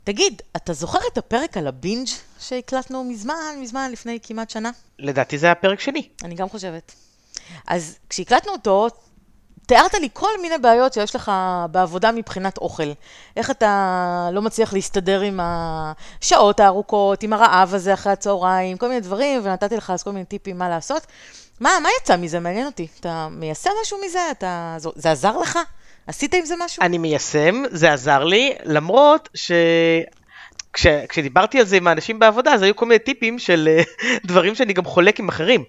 תגיד, אתה זוכר את הפרק על הבינג' שהקלטנו מזמן, לפני כמעט שנה? לדעתי זה הפרק שני. אני גם חושבת. אז כשהקלטנו אותו, תיארת לי כל מיני בעיות שיש לך בעבודה מבחינת אוכל. איך אתה לא מצליח להסתדר עם השעות הארוכות, עם הרעב הזה אחרי הצהריים, כל מיני דברים, ונתתי לך אז כל מיני טיפים מה לעשות. מה יצא מזה? מעניין אותי. אתה מיישם משהו מזה? זה עזר לך? עשית עם זה משהו? אני מיישם, זה עזר לי, למרות כשדיברתי על זה עם האנשים בעבודה, אז היו כל מיני טיפים של דברים שאני גם חולק עם אחרים.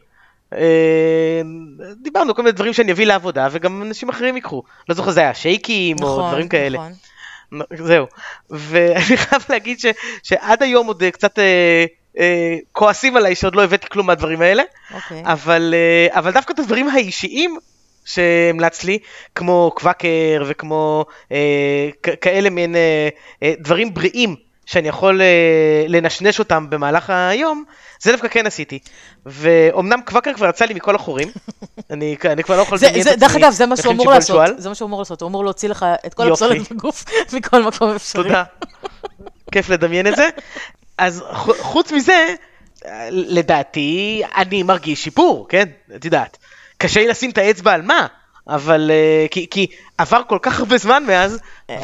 דיברנו כל מיני דברים שאני אביא לעבודה, וגם אנשים אחרים יקחו. לא זוכר, זה היה שייקים או דברים כאלה. זהו. ואני חייב להגיד שעד היום עוד קצת כועסים עליי שעוד לא הבאתי כלום מהדברים האלה. אבל דווקא את הדברים האישיים שהמלץ לי, כמו קוואקר וכמו כאלה מין דברים בריאים שאני יכול לנשנש אותם במהלך היום, זה דווקא כן עשיתי. ואומנם קוואקר כבר יצא לי מכל החורים, אני כבר לא יכול לדמיין את עצמי. דרך אגב, זה מה שהוא אמור לעשות. זה מה שהוא אמור לעשות. הוא אמור להוציא לך את כל הפסולת בגוף מכל מקום אפשרי. תודה. כיף לדמיין את זה. אז חוץ מזה, לדעתי, אני מרגיש שיפור, כן? את יודעת. קשה לי לשים את האצבע על מה, אבל כי עבר כל כך הרבה זמן מאז,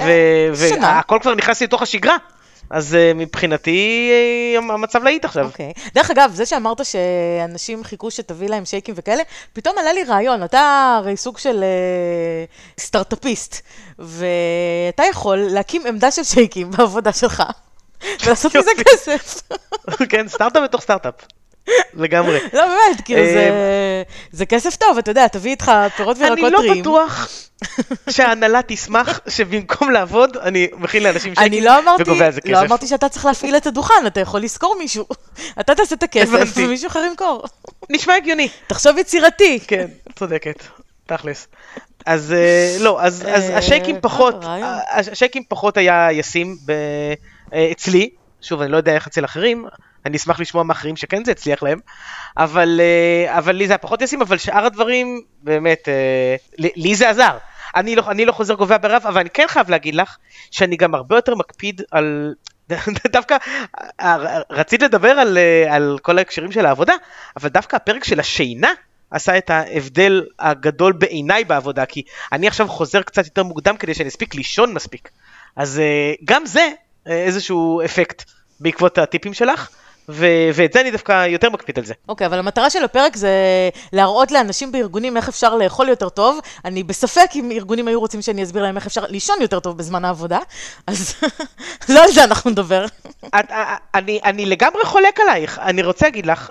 והכל כבר נכנס לי לתוך השגרה. אז מבחינתי המצב להיט עכשיו. אוקיי. דרך אגב, זה שאמרת שאנשים חיכו שתביא להם שייקים וכאלה, פתאום עלה לי רעיון, אתה הרי סוג של סטארט-אפיסט, ואתה יכול להקים עמדה של שייקים בעבודה שלך, ולעשות מזה כסף. כן, סטארט-אפ בתוך סטארט-אפ. לגמרי. לא, באמת, כאילו זה כסף טוב, אתה יודע, תביא איתך פירות וירקות טריים. אני לא בטוח שההנהלה תשמח שבמקום לעבוד, אני מכין לאנשים שייקים וגובה על זה כסף. לא אמרתי שאתה צריך להפעיל את הדוכן, אתה יכול לזכור מישהו. אתה תעשה את הכסף ומישהו אחר ימכור. נשמע הגיוני. תחשוב יצירתי. כן, צודקת, תכלס. אז לא, אז השייקים פחות היה ישים אצלי, שוב, אני לא יודע איך אצל אחרים, אני אשמח לשמוע מאחרים שכן זה הצליח להם, אבל לי זה היה פחות ישים, אבל שאר הדברים, באמת, לי זה עזר. אני לא חוזר גובה ברב, אבל אני כן חייב להגיד לך, שאני גם הרבה יותר מקפיד על, דווקא, רצית לדבר על כל ההקשרים של העבודה, אבל דווקא הפרק של השינה, עשה את ההבדל הגדול בעיניי בעבודה, כי אני עכשיו חוזר קצת יותר מוקדם, כדי שאני אספיק לישון מספיק. אז גם זה איזשהו אפקט בעקבות הטיפים שלך, ואת זה אני דווקא יותר מקפיד על זה. אוקיי, אבל המטרה של הפרק זה להראות לאנשים בארגונים איך אפשר לאכול יותר טוב. אני בספק אם ארגונים היו רוצים שאני אסביר להם איך אפשר לישון יותר טוב בזמן העבודה, אז לא על זה אנחנו נדבר. אני לגמרי חולק עלייך. אני רוצה להגיד לך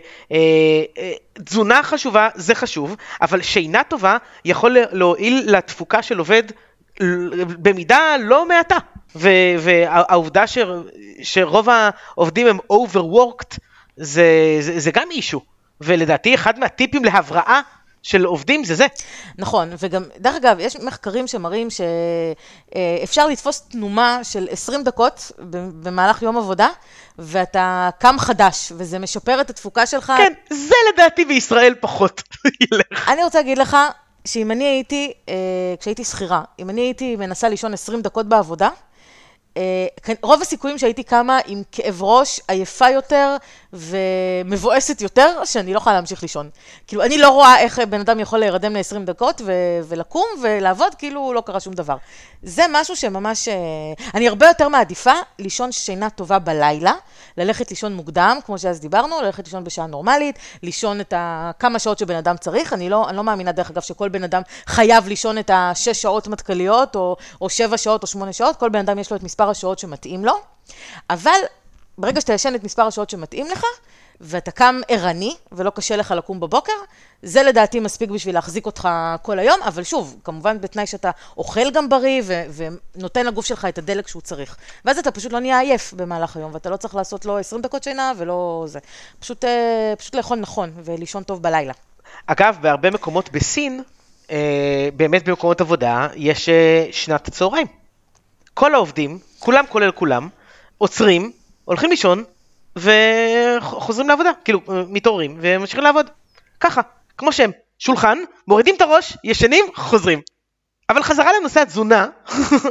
שתזונה חשובה זה חשוב, אבל שינה טובה יכול להועיל לתפוקה של עובד במידה לא מעטה. והעובדה שרוב העובדים הם overworked, זה גם אישו. ולדעתי אחד מהטיפים להבראה של עובדים זה זה. נכון, וגם, דרך אגב, יש מחקרים שמראים שאפשר לתפוס תנומה של 20 דקות במהלך יום עבודה, ואתה קם חדש, וזה משפר את התפוקה שלך. כן, זה לדעתי בישראל פחות ילך. אני רוצה להגיד לך, שאם אני הייתי, כשהייתי שכירה, אם אני הייתי מנסה לישון 20 דקות בעבודה, רוב הסיכויים שהייתי קמה עם כאב ראש עייפה יותר ומבואסת יותר, שאני לא יכולה להמשיך לישון. כאילו, אני לא רואה איך בן אדם יכול להירדם ל-20 דקות ולקום ולעבוד, כאילו לא קרה שום דבר. זה משהו שממש, אני הרבה יותר מעדיפה לישון שינה טובה בלילה, ללכת לישון מוקדם, כמו שאז דיברנו, ללכת לישון בשעה נורמלית, לישון את כמה שעות שבן אדם צריך. אני לא מאמינה דרך אגב שכל בן אדם חייב לישון את 6 שעות מתכליות, או 7 שעות או 8 שעות, כל בן אדם יש לו את מספר השעות שמתאים לו, אבל ברגע שאתה ישן את מספר השעות שמתאים לך, ואתה קם ערני, ולא קשה לך לקום בבוקר, זה לדעתי מספיק בשביל להחזיק אותך כל היום, אבל שוב, כמובן בתנאי שאתה אוכל גם בריא, ונותן לגוף שלך את הדלק שהוא צריך. ואז אתה פשוט לא נהיה עייף במהלך היום, ואתה לא צריך לעשות לו 20 דקות שינה, ולא זה. פשוט לאכול נכון, ולישון טוב בלילה. אגב, בהרבה מקומות בסין, באמת במקומות עבודה, יש שנת הצהריים. כל העובדים, כולם כולל כולם, עוצרים, הולכים לישון, וחוזרים לעבודה, כאילו, מתעוררים, וממשיכים לעבוד. ככה, כמו שהם, שולחן, מורידים את הראש, ישנים, חוזרים. אבל חזרה לנושא התזונה,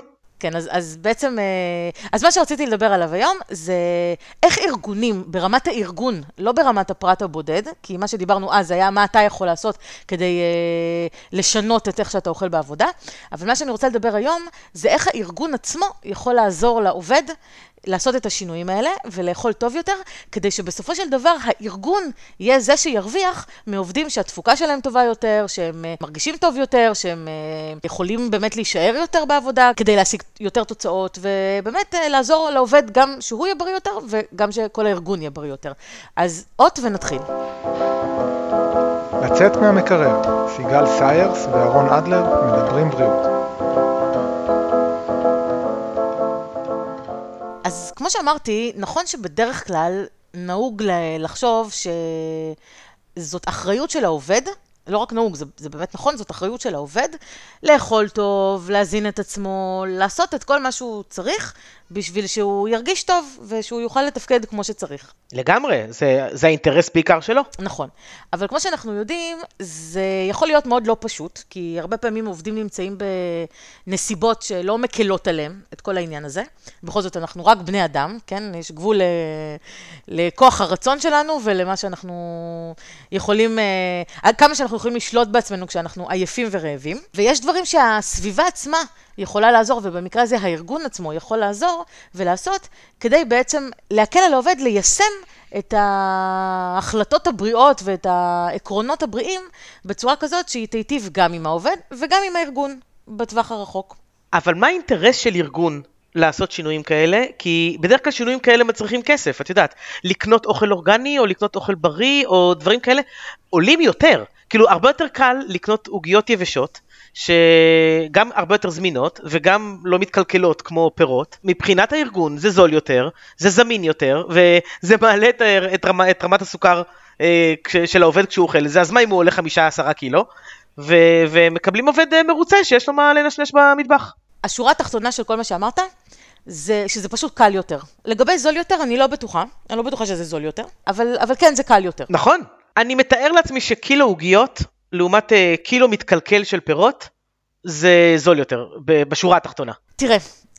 כן, אז בעצם, אז מה שרציתי לדבר עליו היום, זה איך ארגונים, ברמת הארגון, לא ברמת הפרט הבודד, כי מה שדיברנו אז היה מה אתה יכול לעשות כדי לשנות את איך שאתה אוכל בעבודה, אבל מה שאני רוצה לדבר היום, זה איך הארגון עצמו יכול לעזור לעובד, לעשות את השינויים האלה ולאכול טוב יותר, כדי שבסופו של דבר הארגון יהיה זה שירוויח מעובדים שהתפוקה שלהם טובה יותר, שהם מרגישים טוב יותר, שהם יכולים באמת להישאר יותר בעבודה, כדי להשיג יותר תוצאות, ובאמת לעזור לעובד גם שהוא יהיה בריא יותר, וגם שכל הארגון יהיה בריא יותר. אז אות ונתחיל. לצאת מהמקרר, סיגל סיירס ואהרון אדלר מדברים בריאות. אז כמו שאמרתי, נכון שבדרך כלל נהוג לחשוב שזאת אחריות של העובד, לא רק נהוג, זה באמת נכון, זאת אחריות של העובד, לאכול טוב, להזין את עצמו, לעשות את כל מה שהוא צריך, בשביל שהוא ירגיש טוב, ושהוא יוכל לתפקד כמו שצריך. לגמרי, זה האינטרס בעיקר שלו. נכון, אבל כמו שאנחנו יודעים, זה יכול להיות מאוד לא פשוט, כי הרבה פעמים עובדים נמצאים בנסיבות שלא מקלות עליהם, את כל העניין הזה. בכל זאת, אנחנו רק בני אדם, כן? יש גבול לכוח הרצון שלנו, ולמה שאנחנו יכולים, כמה שאנחנו יכולים לשלוט בעצמנו כשאנחנו עייפים ורעבים. ויש דברים שהסביבה עצמה יכולה לעזור, ובמקרה הזה הארגון עצמו יכול לעזור ולעשות, כדי בעצם להקל על העובד ליישם את ההחלטות הבריאות ואת העקרונות הבריאים בצורה כזאת שהיא תיטיב גם עם העובד וגם עם הארגון בטווח הרחוק. אבל מה האינטרס של ארגון לעשות שינויים כאלה? כי בדרך כלל שינויים כאלה מצריכים כסף, את יודעת, לקנות אוכל אורגני או לקנות אוכל בריא או דברים כאלה עולים יותר. כאילו הרבה יותר קל לקנות עוגיות יבשות, שגם הרבה יותר זמינות וגם לא מתקלקלות כמו פירות. מבחינת הארגון זה זול יותר, זה זמין יותר, וזה מעלה את רמת הסוכר של העובד כשהוא אוכל. זה אז מה אם הוא עולה 5-10 קילו, ומקבלים עובד מרוצה שיש לו מה לנשנש במטבח. השורה התחתונה של כל מה שאמרת, זה שזה פשוט קל יותר. לגבי זול יותר, אני לא בטוחה שזה זול יותר, אבל כן, זה קל יותר. נכון. אני מתאר לעצמי שקילו עוגיות, לעומת קילו מתקלקל של פירות, זה זול יותר, בשורה התחתונה. תראה,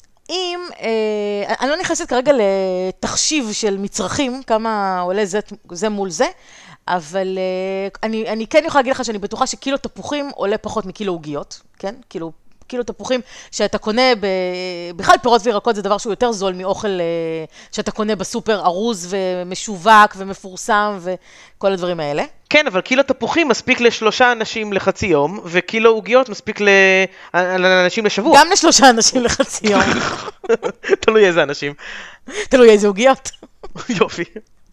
אני לא נכנסת כרגע לתחשיב של מצרכים, כמה עולה זה מול זה, אבל אני כן יכולה להגיד לך שאני בטוחה שקילו תפוחים עולה פחות מקילו עוגיות, כן? קילו תפוחים שאתה קונה, בכלל פירות וירקות זה דבר שהוא יותר זול מאוכל שאתה קונה בסופר ארוז ומשווק ומפורסם וכל הדברים האלה. כן, אבל קילו תפוחים מספיק ל3 אנשים לחצי יום, וקילו עוגיות מספיק לאנשים לשבוע. גם ל3 אנשים לחצי יום. תלוי איזה אנשים. תלוי איזה עוגיות. יופי.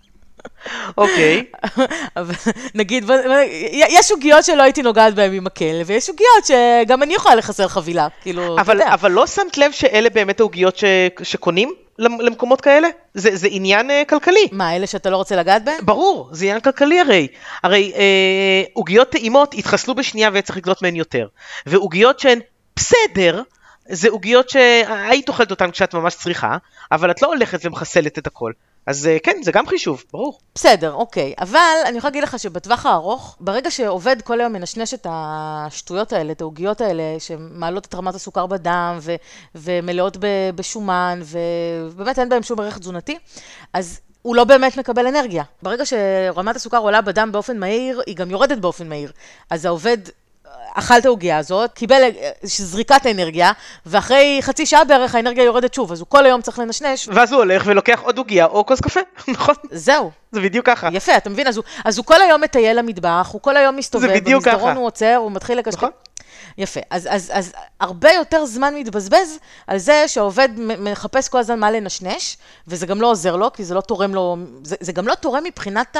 אוקיי. אבל נגיד, יש עוגיות שלא הייתי נוגעת בהן עם מקל, ויש עוגיות שגם אני יכולה לחסר חבילה, כאילו, אתה יודע. אבל לא שמת לב שאלה באמת העוגיות שקונים למקומות כאלה? זה עניין כלכלי. מה, אלה שאתה לא רוצה לגעת בהן? ברור, זה עניין כלכלי הרי עוגיות טעימות התחסלו בשנייה וצריך לקנות מהן יותר. ועוגיות שהן בסדר, זה עוגיות שהיית אוכלת אותן כשאת ממש צריכה, אבל את לא הולכת ומחסלת את הכל. אז כן, זה גם חישוב, ברור. בסדר, אוקיי. אבל אני יכולה להגיד לך שבטווח הארוך, ברגע שעובד כל היום מנשנש את השטויות האלה, את העוגיות האלה, שמעלות את רמת הסוכר בדם, ומלאות בשומן, ובאמת אין בהם שום ערך תזונתי, אז הוא לא באמת מקבל אנרגיה. ברגע שרמת הסוכר עולה בדם באופן מהיר, היא גם יורדת באופן מהיר. אז העובד אכל את העוגיה הזאת, קיבל זריקת אנרגיה, ואחרי חצי שעה בערך האנרגיה יורדת שוב, אז הוא כל היום צריך לנשנש. ואז הוא הולך ולוקח עוד עוגיה או כוס קפה, נכון? זהו. זה בדיוק ככה. יפה, אתה מבין? אז הוא כל היום מטייל למטבח, הוא כל היום מסתובב, במסדרון הוא עוצר, הוא מתחיל לקשקש. נכון. יפה, אז הרבה יותר זמן מתבזבז על זה שהעובד מחפש כל הזמן מה לנשנש, וזה גם לא עוזר לו, כי זה לא תורם לו, זה גם לא תורם מבחינת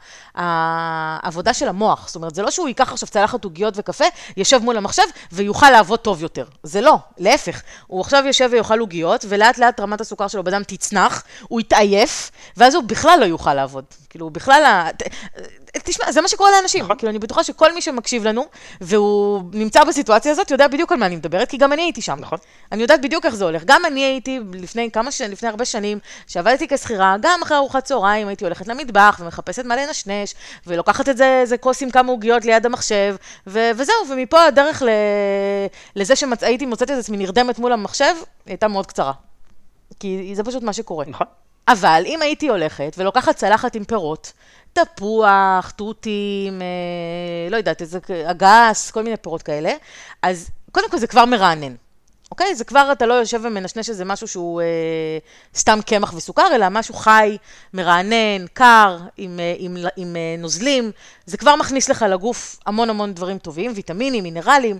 העבודה של המוח. זאת אומרת, זה לא שהוא ייקח עכשיו צלחת עוגיות וקפה, ישב מול המחשב ויוכל לעבוד טוב יותר. זה לא, להפך. הוא עכשיו יושב ויוכל עוגיות, ולאט לאט רמת הסוכר שלו בדם תצנח, הוא יתעייף, ואז הוא בכלל לא יוכל לעבוד. כאילו, בכלל, תשמע, זה מה שקורה לאנשים. כאילו, אני בטוחה שכל מי שמקשיב לנו, והוא נמצא בסיטואציה הזאת, יודע בדיוק על מה אני מדברת, כי גם אני הייתי שם. נכון. אני יודעת בדיוק איך זה הולך. גם אני הייתי לפני הרבה שנים, שעבדתי כשכירה, גם אחרי ארוחת צהריים, הייתי הולכת למטבח, ומחפשת מה לנשנש, ולוקחת את זה כוס עם כמה עוגיות ליד המחשב, וזהו, ומפה הדרך לזה שהייתי מוצאת את עצמי נרדמת מול המחשב, הייתה מאוד קצרה. כי זה פשוט מה שקורה. נכון. אבל אם הייתי הולכת ולוקחת צלחת עם פירות, תפוח, תותים, לא יודעת, איזה אגס, כל מיני פירות כאלה, אז קודם כל זה כבר מרענן. אוקיי? זה כבר אתה לא יושב ומנשנש איזה משהו שהוא סתם קמח וסוכר, אלא משהו חי, מרענן, קר, עם נוזלים. זה כבר מכניס לך לגוף המון המון דברים טובים, ויטמינים, מינרלים,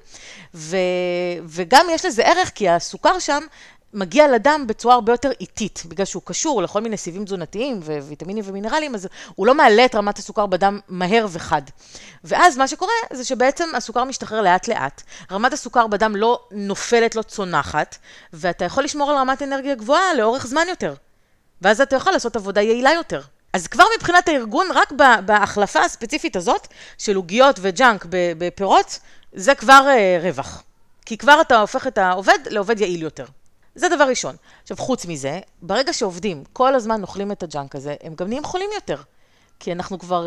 וגם יש לזה ערך, כי הסוכר שם מגיע לדם בצורה הרבה יותר איטית, בגלל שהוא קשור לכל מיני סיבים תזונתיים וויטמינים ומינרלים, אז הוא לא מעלה את רמת הסוכר בדם מהר וחד. ואז מה שקורה זה שבעצם הסוכר משתחרר לאט לאט, רמת הסוכר בדם לא נופלת, לא צונחת, ואתה יכול לשמור על רמת אנרגיה גבוהה לאורך זמן יותר. ואז אתה יכול לעשות עבודה יעילה יותר. אז כבר מבחינת הארגון, רק בהחלפה הספציפית הזאת, של עוגיות וג'אנק בפירות, זה כבר רווח. כי כבר אתה הופך את העובד לעובד יעיל יותר. זה דבר ראשון. עכשיו, חוץ מזה, ברגע שעובדים כל הזמן נאכלים את הג'אנק הזה, הם גם נהיים חולים יותר. כי אנחנו כבר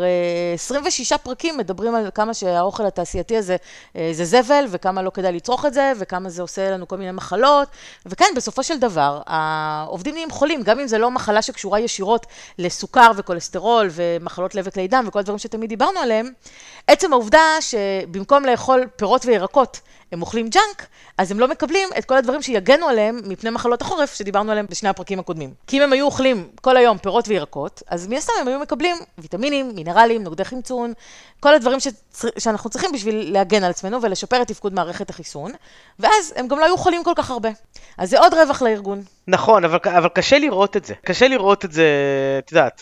26 פרקים מדברים על כמה שהאוכל התעשייתי הזה זה זבל, וכמה לא כדאי לצרוך את זה, וכמה זה עושה לנו כל מיני מחלות. וכן, בסופו של דבר, העובדים נהיים חולים, גם אם זה לא מחלה שקשורה ישירות לסוכר וכולסטרול, ומחלות לב וכלי דם, וכל הדברים שתמיד דיברנו עליהם. עצם העובדה שבמקום לאכול פירות וירקות, הם אוכלים ג'אנק, אז הם לא מקבלים את כל הדברים שיגנו עליהם מפני מחלות החורף שדיברנו עליהם בשני הפרקים הקודמים. כי אם הם היו אוכלים כל היום פירות וירקות, אז מן הסתם הם היו מקבלים ויטמינים, מינרלים, נוגדי חמצון, כל הדברים שאנחנו צריכים בשביל להגן על עצמנו ולשפר את תפקוד מערכת החיסון, ואז הם גם לא היו חולים כל כך הרבה. אז זה עוד רווח לארגון. נכון, אבל קשה לראות את זה. קשה לראות את זה, את יודעת,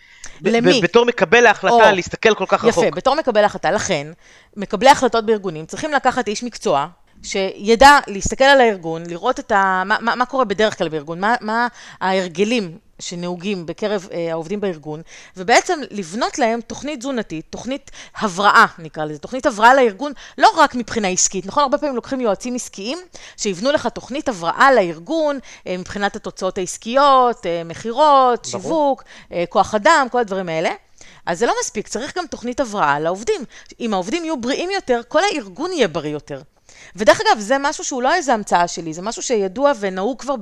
למי? בתור מקבל ההחלטה להסתכל כל כך רחוק. יפה, בתור מקבל ההחלטה. לכן, מקבלי ההחלטות בארגונים צריכים לקחת איש מקצוע, שידע להסתכל על הארגון, לראות מה קורה בדרך כלל בארגון, מה ההרגלים שנהוגים בקרב העובדים בארגון, ובעצם לבנות להם תוכנית תזונתית, תוכנית הבראה, נקרא לזה, תוכנית הבראה לארגון, לא רק מבחינה עסקית, נכון? הרבה פעמים לוקחים יועצים עסקיים, שיבנו לך תוכנית הבראה לארגון, מבחינת התוצאות העסקיות, מחירות, שיווק, כוח אדם, כל הדברים האלה. אז זה לא מספיק, צריך גם תוכנית הבראה לעובדים. אם העובדים יהיו בריאים יותר, כל הארגון יהיה בריא יותר. ודרך אגב, זה משהו שהוא לא איזה המצאה שלי, זה משהו שידוע ונהוג כבר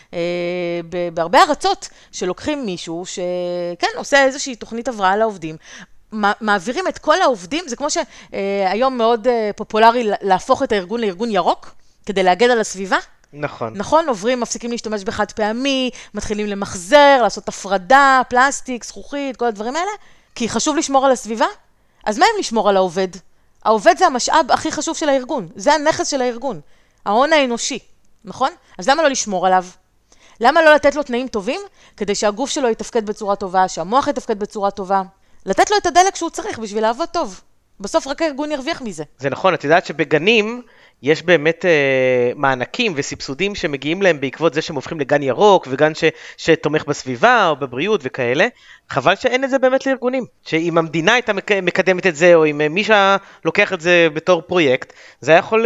בהרבה ארצות, שלוקחים מישהו שכן, עושה איזושהי תוכנית הבראה לעובדים, מעבירים את כל העובדים, זה כמו שהיום מאוד פופולרי להפוך את הארגון לארגון ירוק, כדי להגן על הסביבה. נכון. נכון, עוברים, מפסיקים להשתמש בחד פעמי, מתחילים למחזר, לעשות הפרדה, פלסטיק, זכוכית, כל הדברים האלה, כי חשוב לשמור על הסביבה. אז מה אם לשמור על העובד? העובד זה המשאב הכי חשוב של הארגון, זה הנכס של הארגון, ההון האנושי, נכון? אז למה לא לשמור עליו? למה לא לתת לו תנאים טובים? כדי שהגוף שלו יתפקד בצורה טובה, שהמוח יתפקד בצורה טובה. לתת לו את הדלק שהוא צריך בשביל לעבוד טוב. בסוף רק הארגון ירוויח מזה. זה נכון, את יודעת שבגנים יש באמת מענקים וסבסודים שמגיעים להם בעקבות זה שהם הופכים לגן ירוק, וגן שתומך בסביבה או בבריאות וכאלה. חבל שאין את זה באמת לארגונים. שאם המדינה הייתה מקדמת את זה, או אם מישהו לוקח את זה בתור פרויקט, זה יכול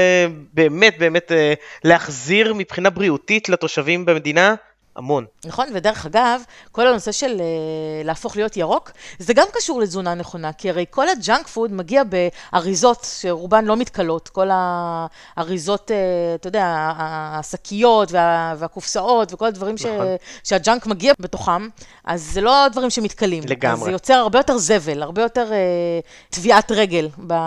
באמת להחזיר מבחינה בריאותית לתושבים במדינה המון. נכון, ודרך אגב, כל הנושא של להפוך להיות ירוק, זה גם קשור לתזונה נכונה, כי הרי כל הג'אנק פוד מגיע באריזות שרובן לא מתקלות, כל האריזות, אתה יודע, השקיות והקופסאות וכל הדברים שהג'אנק מגיע בתוכם, אז זה לא דברים שמתקלים. לגמרי. אז זה יוצר הרבה יותר זבל, הרבה יותר טביעת רגל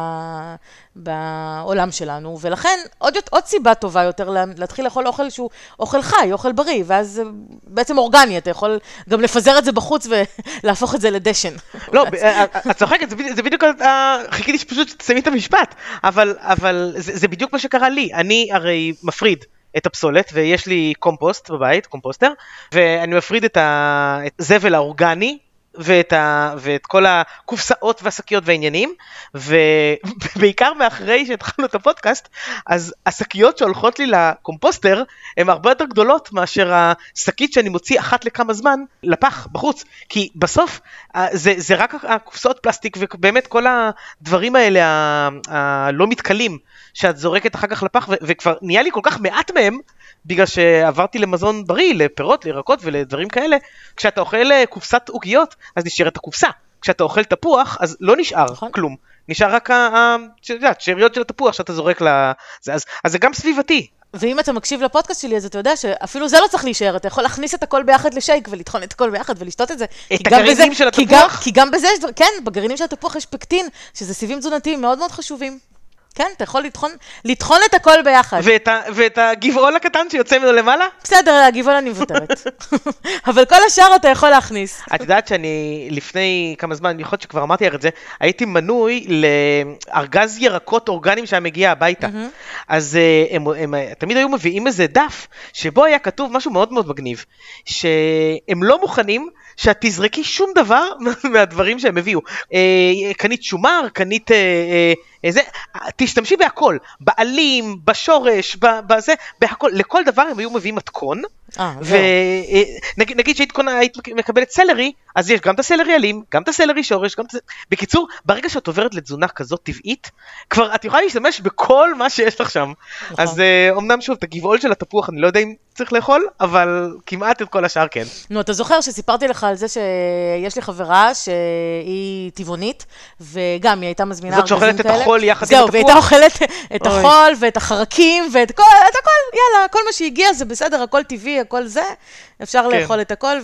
בעולם שלנו, ולכן עוד סיבה טובה יותר להתחיל לאכול אוכל שהוא אוכל חי, אוכל בריא, ואז בעצם אורגני, אתה יכול גם לפזר את זה בחוץ ולהפוך את זה לדשן. לא, את צוחקת, זה בדיוק, חיכיתי שפשוט תסיימי את המשפט, אבל זה בדיוק מה שקרה לי. אני הרי מפריד את הפסולת, ויש לי קומפוסט בבית, קומפוסטר, ואני מפריד את הזבל האורגני, ואת כל הקופסאות והשקיות והעניינים, ובעיקר מאחרי שהתחלנו את הפודקאסט, אז השקיות שהולכות לי לקומפוסטר, הן הרבה יותר גדולות מאשר השקית שאני מוציא אחת לכמה זמן לפח בחוץ, כי בסוף זה רק הקופסאות פלסטיק, ובאמת כל הדברים האלה הלא מתקלים, שאת זורקת אחר כך לפח, וכבר נהיה לי כל כך מעט מהם, בגלל שעברתי למזון בריא, לפירות, לירקות ולדברים כאלה. כשאתה אוכל קופסת עוגיות, אז נשארת הקופסה. כשאתה אוכל תפוח, אז לא נשאר כלום. נשאר רק השאריות של התפוח שאתה זורק לזה. אז זה גם סביבתי. ואם אתה מקשיב לפודקאסט שלי, אז אתה יודע שאפילו זה לא צריך להישאר, אתה יכול להכניס את הכל ביחד לשייק, ולטחון את הכל ביחד, ולשתות את זה. את הגרעינים של התפוח? כי גם בזה, כן, בגרעינים של התפוח יש פקטין, שזה סיבים תזונתיים מאוד מאוד חשובים. כן, אתה יכול לטחון את הכל ביחד. ואת הגבעול הקטן שיוצא ממנו למעלה? בסדר, הגבעול אני מוותרת. אבל כל השאר אתה יכול להכניס. את יודעת שאני לפני כמה זמן, יכול להיות שכבר אמרתי את זה, הייתי מנוי לארגז ירקות אורגניים שהיה מגיע הביתה. אז הם תמיד היו מביאים איזה דף, שבו היה כתוב משהו מאוד מאוד מגניב, שהם לא מוכנים שאת תזרקי שום דבר מהדברים שהם הביאו. קנית שומר, קנית תשתמשי בהכל, בעלים, בשורש, בזה, בהכל, לכל דבר הם היו מביאים מתכון, ונגיד שהיית מקבלת סלרי, אז יש גם את הסלרי עלים, גם את הסלרי שורש, בקיצור, ברגע שאת עוברת לתזונה כזאת טבעית, כבר את יכולה להשתמש בכל מה שיש לך שם. אז אמנם שוב, את הגבעול של התפוח, אני לא יודע אם צריך לאכול, אבל כמעט את כל השאר כן. נו, אתה זוכר שסיפרתי לך על זה שיש לי חברה שהיא טבעונית, וגם היא הייתה מזמינה זאת שאוכלת את החול יחד עם התפוח? זהו, והייתה אוכלת את החול ואת החרקים ואת הכל, יאללה, כל מה שהגיע זה בסדר, הכל טבעי, הכל זה, אפשר לאכול את הכל,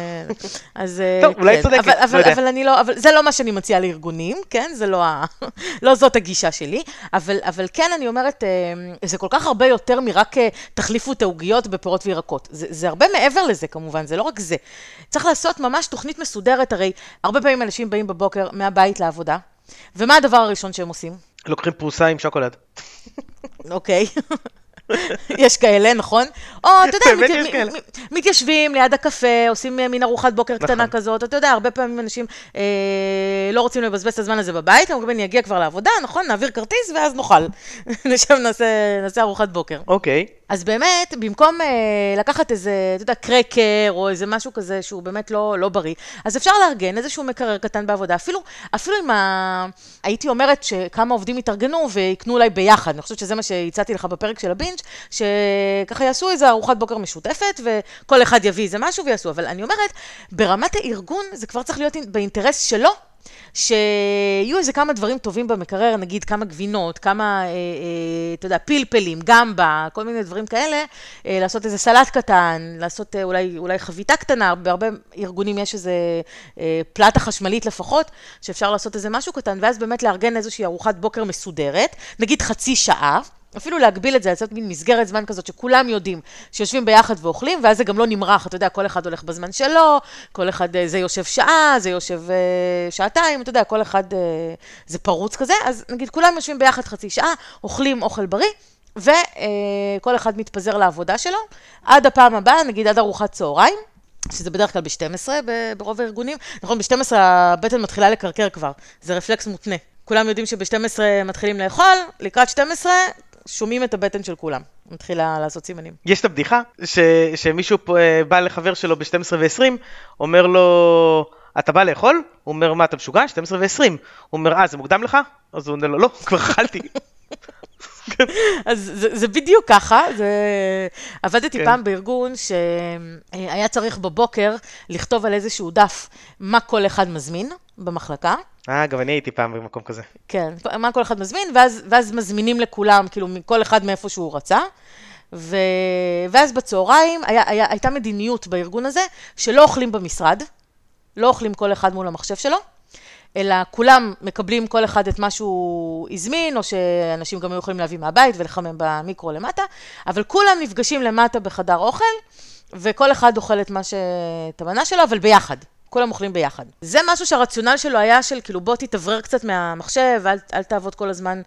אז טוב, אולי צודקת, לא יודע. אבל זה לא מה שאני מציעה לארגונים, כן? זה לא זאת הגישה שלי, אבל כן אני אומרת, זה כל כך הרבה יותר מרק תחליפו את העוגיות בפירות וירקות. זה הרבה מעבר לזה כמובן, זה לא רק זה. צריך לעשות ממש תוכנית מסודרת, הרי הרבה פעמים אנשים באים בבוקר מהבית לעבודה, ומה הדבר הראשון שהם עושים? לוקחים פרוסה עם שוקולד. אוקיי. יש כאלה, נכון? או, אתה יודע, מתיישבים ליד הקפה, עושים מין ארוחת בוקר קטנה כזאת, אתה יודע, הרבה פעמים אנשים לא רוצים לבזבז את הזמן הזה בבית, אומרים, אני אגיע כבר לעבודה, נכון? נעביר כרטיס ואז נאכל. נשב נעשה ארוחת בוקר. אוקיי. אז באמת, במקום לקחת איזה, אתה יודע, קרקר, או איזה משהו כזה שהוא באמת לא בריא, אז אפשר לארגן איזשהו מקרר קטן בעבודה, אפילו אם הייתי אומרת שכמה עובדים יתארגנו ויקנו אולי ביחד, אני חושבת שזה מה שהצעתי לך בפרק של הבינג', שככה יעשו איזה ארוחת בוקר משותפת, וכל אחד יביא איזה משהו ויעשו, אבל אני אומרת, ברמת הארגון זה כבר צריך להיות באינטרס שלו, שיהיו איזה כמה דברים טובים במקרר, נגיד כמה גבינות, כמה, אתה יודע, פלפלים, גמבה, כל מיני דברים כאלה, לעשות איזה סלט קטן, לעשות אולי חביתה קטנה, בהרבה ארגונים יש איזה פלטה חשמלית לפחות, שאפשר לעשות איזה משהו קטן, ואז באמת לארגן איזושהי ארוחת בוקר מסודרת, נגיד חצי שעה, אפילו להגביל את זה, לעשות מין מסגרת זמן כזאת שכולם יודעים שיושבים ביחד ואוכלים, ואז זה גם לא נמרח, אתה יודע, כל אחד הולך בזמן שלו, כל אחד, זה יושב שעה, זה יושב שעתיים, אתה יודע, כל אחד, זה פרוץ כזה, אז נגיד כולם יושבים ביחד חצי שעה, אוכלים אוכל בריא, וכל אחד מתפזר לעבודה שלו, עד הפעם הבאה, נגיד עד ארוחת צהריים, שזה בדרך כלל ב-12 ברוב הארגונים, נכון, ב-12 הבטן מתחילה לקרקר כבר, זה רפלקס מותנה. כולם יודעים שב-12 מתחילים לאכול, לקראת 12 שומעים את הבטן של כולם, מתחילה לעשות סימנים. יש את הבדיחה שמישהו בא לחבר שלו ב-12 ו-20, אומר לו, אתה בא לאכול? הוא אומר, מה, אתה משוגע? 12 ו-20. הוא אומר, זה מוקדם לך? אז הוא אומר לו, לא, כבר אכלתי. אז זה בדיוק ככה, עבדתי פעם בארגון שהיה צריך בבוקר לכתוב על איזשהו דף מה כל אחד מזמין במחלקה. גם אני הייתי פעם במקום כזה. כן, מה כל אחד מזמין, ואז מזמינים לכולם, כאילו כל אחד מאיפה שהוא רצה, ואז בצהריים הייתה מדיניות בארגון הזה, שלא אוכלים במשרד, לא אוכלים כל אחד מול המחשב שלו, אלא כולם מקבלים כל אחד את מה שהוא הזמין, או שאנשים גם יכולים להביא מהבית ולחמם במיקרו למטה, אבל כולם נפגשים למטה בחדר אוכל, וכל אחד אוכל את המנה שלו, אבל ביחד. כולם אוכלים ביחד. זה משהו שהרציונל שלו היה של, כאילו, בוא תתעברר קצת מהמחשב, אל תעבוד כל הזמן,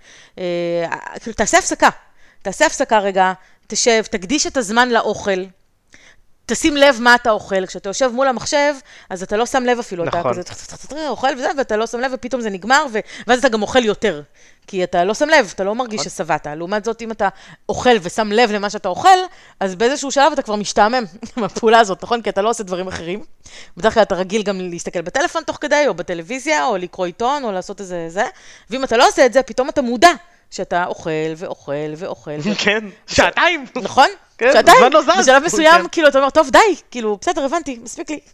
כאילו, תעשה הפסקה רגע, תשב, תקדיש את הזמן לאוכל, תשים לב מה אתה אוכל. כשאתה יושב מול המחשב, אז אתה לא שם לב אפילו, אתה כזה אוכל וזה, ואתה לא שם לב, ופתאום זה נגמר, ואז אתה גם אוכל יותר. כי אתה לא שם לב, אתה לא מרגיש שסבאת. לעומת זאת, אם אתה אוכל ושם לב למה שאתה אוכל, אז באיזשהו שלב אתה כבר משתעמם מהפעולה הזאת, נכון? כי אתה לא עושה דברים אחרים. בדרך כלל אתה רגיל גם להסתכל בטלפון תוך כדי, או בטלוויזיה, או לקרוא עיתון, או לעשות איזה זה. ואם אתה לא עושה את זה, פתאום אתה מודע שאתה אוכל ואוכל ואוכל. כן, שעתיים. נכון? כן, שעתיים. זמן לא זז. בשלב מסוים, כאילו, אתה אומר, טוב, די, כאילו, בסדר, הבנתי, מספיק לי.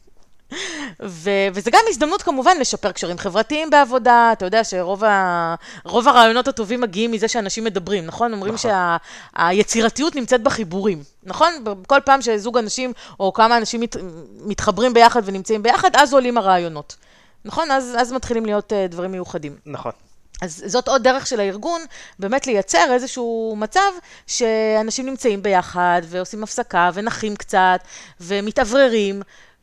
וזה גם הזדמנות כמובן לשפר קשרים חברתיים בעבודה, אתה יודע שרוב הרעיונות הטובים מגיעים מזה שאנשים מדברים, נכון? אומרים שהיצירתיות נמצאת בחיבורים, נכון? כל פעם שזוג אנשים או כמה אנשים מתחברים ביחד ונמצאים ביחד, אז עולים הרעיונות, נכון? אז מתחילים להיות דברים מיוחדים. נכון. אז זאת עוד דרך של הארגון, באמת לייצר איזשהו מצב שאנשים נמצאים ביחד ועושים הפסקה ונחים קצת ומתאווררים,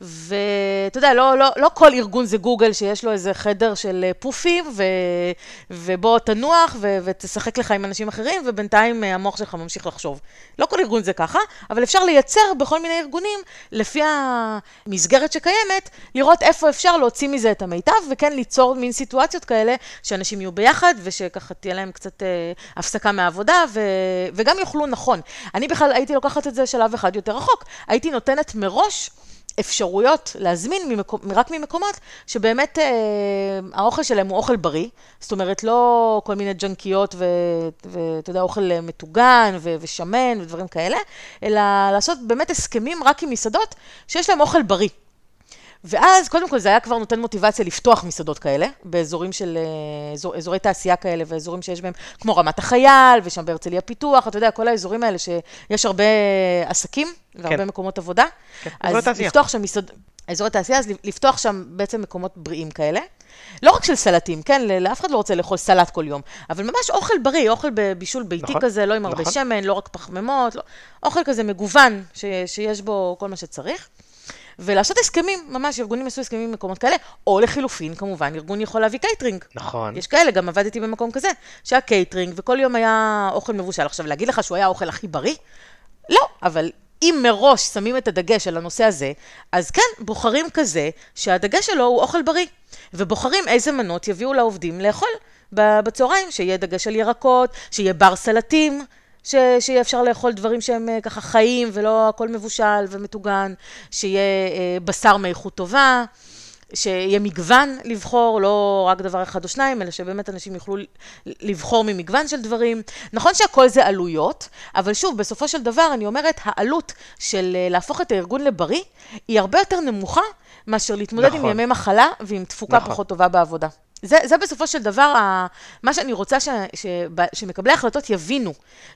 ואתה יודע, לא כל ארגון זה גוגל שיש לו איזה חדר של פופים, ובוא תנוח ותשחק לך עם אנשים אחרים, ובינתיים המוח שלך ממשיך לחשוב. לא כל ארגון זה ככה, אבל אפשר לייצר בכל מיני ארגונים, לפי המסגרת שקיימת, לראות איפה אפשר להוציא מזה את המיטב, וכן ליצור מין סיטואציות כאלה, שאנשים יהיו ביחד, ושככה תהיה להם קצת הפסקה מהעבודה, וגם יוכלו נכון. אני בכלל הייתי לוקחת את זה שלב אחד יותר רחוק, הייתי נותנת מראש, אפשרויות להזמין רק ממקומות שבאמת האוכל שלהם הוא אוכל בריא, זאת אומרת לא כל מיני ג'נקיות ואתה יודע, אוכל מטוגן ושמן ודברים כאלה, אלא לעשות באמת הסכמים רק עם מסעדות שיש להם אוכל בריא. ואז קודם כל זה היה כבר נותן מוטיבציה לפתוח מסעדות כאלה, באזורים של, אזורי תעשייה כאלה, ואזורים שיש בהם כמו רמת החייל, ושם בהרצליה פיתוח, אתה יודע, כל האזורים האלה שיש הרבה עסקים, והרבה מקומות עבודה. אז לפתוח שם אזורי תעשייה, אז לפתוח שם בעצם מקומות בריאים כאלה. לא רק של סלטים, כן, לאף אחד לא רוצה לאכול סלט כל יום, אבל ממש אוכל בריא, אוכל בבישול ביתי כזה, לא עם הרבה שמן, לא רק פחמימות, אוכל כזה מגוון, שיש בו כל מה שצריך. ולעשות הסכמים, ממש ארגונים עשו הסכמים במקומות כאלה, או לחילופין, כמובן, ארגון יכול להביא קייטרינג. נכון. יש כאלה, גם עבדתי במקום כזה, שהיה קייטרינג, וכל יום היה אוכל מבושל. עכשיו, להגיד לך שהוא היה האוכל הכי בריא? לא, אבל אם מראש שמים את הדגש על הנושא הזה, אז כן, בוחרים כזה, שהדגש שלו הוא אוכל בריא, ובוחרים איזה מנות יביאו לעובדים לאכול בצהריים, שיהיה דגש על ירקות, שיהיה בר סלטים, שיהיה אפשר לאכול דברים שהם ככה חיים ולא הכל מבושל ומטוגן, שיהיה בשר מאיכות טובה, שיהיה מגוון לבחור, לא רק דבר אחד או שניים, אלא שבאמת אנשים יוכלו לבחור ממגוון של דברים. נכון שהכל זה עלויות, אבל שוב, בסופו של דבר אני אומרת, העלות של להפוך את הארגון לבריא, היא הרבה יותר נמוכה, מאשר להתמודד עם ימי מחלה ועם תפוקה פחות טובה בעבודה. זה בסופו של דבר, מה שאני רוצה שמקבלי ההחלטות יבינו,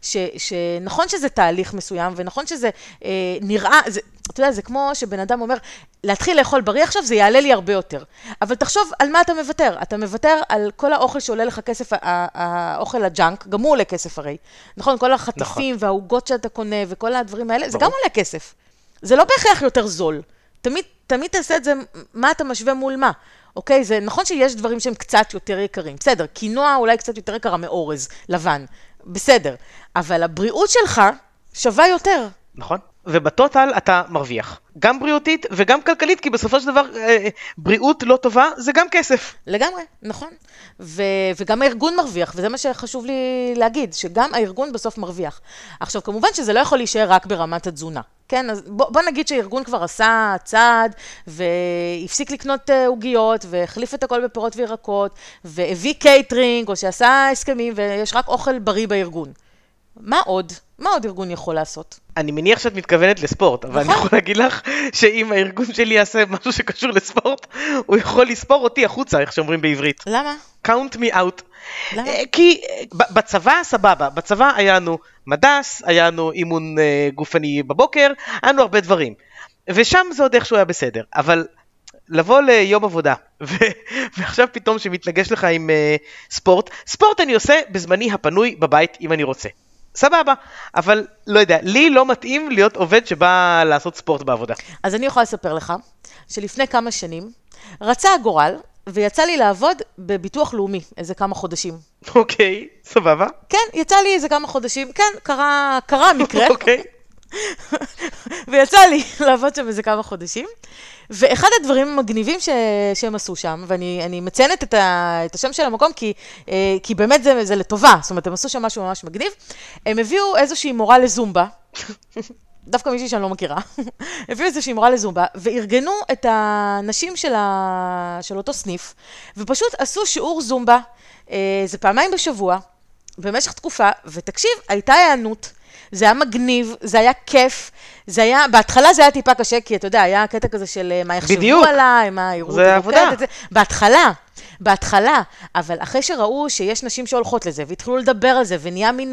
שנכון שזה תהליך מסוים, ונכון שזה נראה, אתה יודע, זה כמו שבן אדם אומר, להתחיל לאכול בריא עכשיו, זה יעלה לי הרבה יותר. אבל תחשוב על מה אתה מוותר. אתה מוותר על כל האוכל שעולה לך כסף, האוכל הג'אנק, גם הוא עולה כסף הרי. נכון, כל החטיפים והעוגות שאתה קונה, וכל הדברים האלה, זה גם עולה כסף. זה לא בהכרח יותר זול. תמיד תעשה את זה, מה אתה משווה מול מה. אוקיי, זה נכון שיש דברים שהם קצת יותר יקרים. בסדר, קינוע אולי קצת יותר יקרה מאורז, לבן. בסדר. אבל הבריאות שלך שווה יותר. נכון. ובטוטל אתה מרוויח. גם בריאותית וגם כלכלית, כי בסופו של דבר בריאות לא טובה זה גם כסף. לגמרי, נכון. וגם הארגון מרוויח, וזה מה שחשוב לי להגיד, שגם הארגון בסוף מרוויח. עכשיו, כמובן שזה לא יכול להישאר רק ברמת התזונה. כן, אז בוא נגיד שהארגון כבר עשה צעד, והפסיק לקנות עוגיות, והחליף את הכל בפירות וירקות, והביא קייטרינג, או שעשה הסכמים, ויש רק אוכל בריא בארגון. מה עוד? מה עוד ארגון יכול לעשות? אני מניח שאת מתכוונת לספורט, אבל אני יכול להגיד לך שאם הארגון שלי יעשה משהו שקשור לספורט, הוא יכול לספור אותי החוצה, איך שאומרים בעברית. למה? count me out. למה? כי בצבא סבבה, בצבא היה לנו מדס, היה לנו אימון גופני בבוקר, היה לנו הרבה דברים. ושם זה עוד איכשהו היה בסדר, אבל לבוא ליום עבודה, ועכשיו פתאום שמתנגש לך עם ספורט אני עושה בזמני הפנוי בבית אם אני רוצה. סבבה, אבל לא יודע, לי לא מתאים להיות עובד שבא לעשות ספורט בעבודה. אז אני יכולה לספר לך שלפני כמה שנים רצה הגורל ויצא לי לעבוד בביטוח לאומי איזה כמה חודשים. אוקיי, סבבה. כן, יצא לי איזה כמה חודשים, כן, קרה מקרה. אוקיי. ויצא לי לעבוד שם איזה כמה חודשים. ואחד הדברים המגניבים שהם עשו שם, ואני מציינת את השם של המקום, כי באמת זה לטובה, זאת אומרת, הם עשו שם משהו ממש מגניב, הם הביאו איזושהי מורה לזומבה, דווקא מישהי שאני לא מכירה, הביאו איזושהי מורה לזומבה, וארגנו את הנשים של אותו סניף, ופשוט עשו שיעור זומבה, זה פעמיים בשבוע, במשך תקופה, ותקשיב, הייתה הענות, זה היה מגניב, זה היה כיף, זה היה, בהתחלה זה היה טיפה קשה, כי אתה יודע, היה קטע כזה של מה יחשבו עליי, מה יראו זה עבודה. בהתחלה, אבל אחרי שראו שיש נשים שהולכות לזה, והתחילו לדבר על זה, ונהיה מין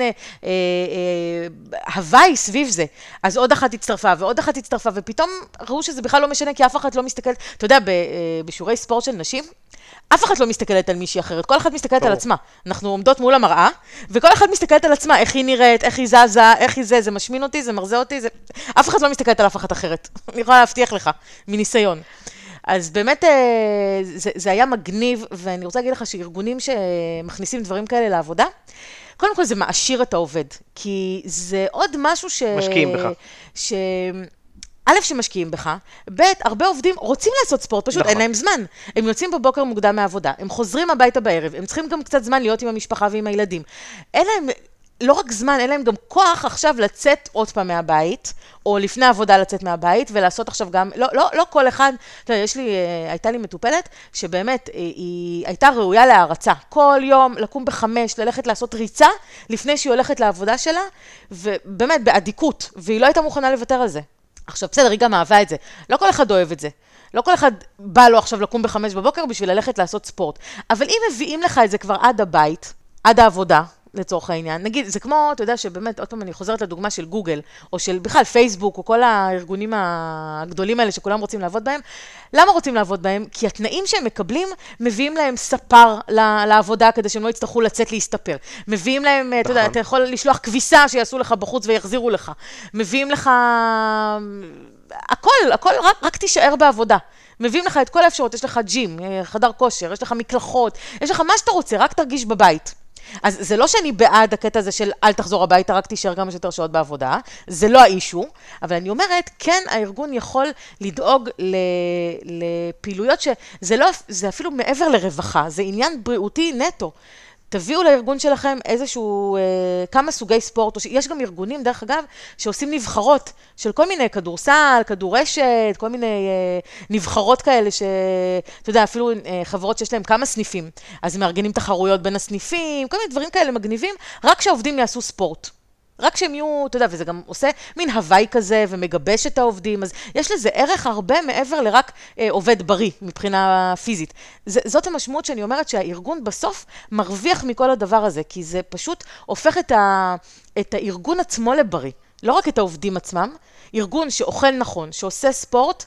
הוואי סביב זה, אז עוד אחת הצטרפה, ועוד אחת הצטרפה, ופתאום ראו שזה בכלל לא משנה, כי אף אחד לא מסתכל, אתה יודע, בשיעורי ספורט של נשים, אף אחד לא מסתכלת על מישהי אחרת, כל אחד מסתכלת על עצמה. אנחנו עומדות מול המראה, וכל אחד מסתכלת על עצמה, איך היא נראית, איך היא זזה, איך היא זה משמין אותי, זה מרזה אותי, אף אחד לא מסתכלת על אף אחת אחרת. אני יכולה להבטיח לך, מניסיון. אז באמת זה היה מגניב, ואני רוצה להגיד לך שארגונים שמכניסים דברים כאלה לעבודה, קודם כל זה מעשיר את העובד, כי זה עוד משהו משקיעים בך. א', שמשקיעים בך, ב', הרבה עובדים רוצים לעשות ספורט, פשוט אין להם זמן. הם יוצאים בבוקר מוקדם מהעבודה, הם חוזרים הביתה בערב, הם צריכים גם קצת זמן להיות עם המשפחה ועם הילדים. אין להם לא רק זמן, אין להם גם כוח עכשיו לצאת עוד פעם מהבית, או לפני העבודה לצאת מהבית, ולעשות עכשיו גם, לא כל אחד, אתה יודע, הייתה לי מטופלת, שבאמת היא הייתה ראויה להערצה. כל יום לקום ב5, ללכת לעשות ריצה, לפני שהיא הולכת לעבודה שלה, ובאמת באדיקות, והיא לא הייתה מוכנה לוותר על זה. עכשיו, בסדר, היא גם אהבה את זה. לא כל אחד אוהב את זה. לא כל אחד בא לו עכשיו לקום ב5 בבוקר בשביל ללכת לעשות ספורט. אבל אם מביאים לך את זה כבר עד הבית, עד העבודה, לצורך העניין, נגיד, זה כמו, אתה יודע שבאמת, עוד פעם אני חוזרת לדוגמה של גוגל, או של בכלל פייסבוק, או כל הארגונים הגדולים האלה שכולם רוצים לעבוד בהם. למה רוצים לעבוד בהם? כי התנאים שהם מקבלים, מביאים להם ספר לעבודה, כדי שהם לא יצטרכו לצאת להסתפר. מביאים להם, אתה יודע, אתה יכול לשלוח כביסה שיעשו לך בחוץ ויחזירו לך. מביאים לך הכל, רק תישאר בעבודה. מביאים לך את כל האפשרות, יש לך ג'ים, חדר כושר, יש לך מקלחות, יש לך מה שאתה רוצה, רק תרגיש בבית. אז זה לא שאני בעד הקטע הזה של אל תחזור הביתה, רק תישאר כמה שיותר שעות בעבודה, זה לא האישו, אבל אני אומרת, כן, הארגון יכול לדאוג לפעילויות שזה לא, זה אפילו מעבר לרווחה, זה עניין בריאותי נטו. תביאו לארגון שלכם איזשהו, כמה סוגי ספורט, יש גם ארגונים, דרך אגב, שעושים נבחרות של כל מיני כדורסל, כדורשת, כל מיני נבחרות כאלה, שאתה יודע, אפילו חברות שיש להם כמה סניפים, אז הם מארגנים תחרויות בין הסניפים, כל מיני דברים כאלה מגניבים, רק שהעובדים יעשו ספורט. רק שהם יהיו, אתה יודע, וזה גם עושה מין הוואי כזה ומגבש את העובדים, אז יש לזה ערך הרבה מעבר לרק עובד בריא מבחינה פיזית. זאת המשמעות שאני אומרת שהארגון בסוף מרוויח מכל הדבר הזה, כי זה פשוט הופך את הארגון עצמו לבריא, לא רק את העובדים עצמם, ארגון שאוכל נכון, שעושה ספורט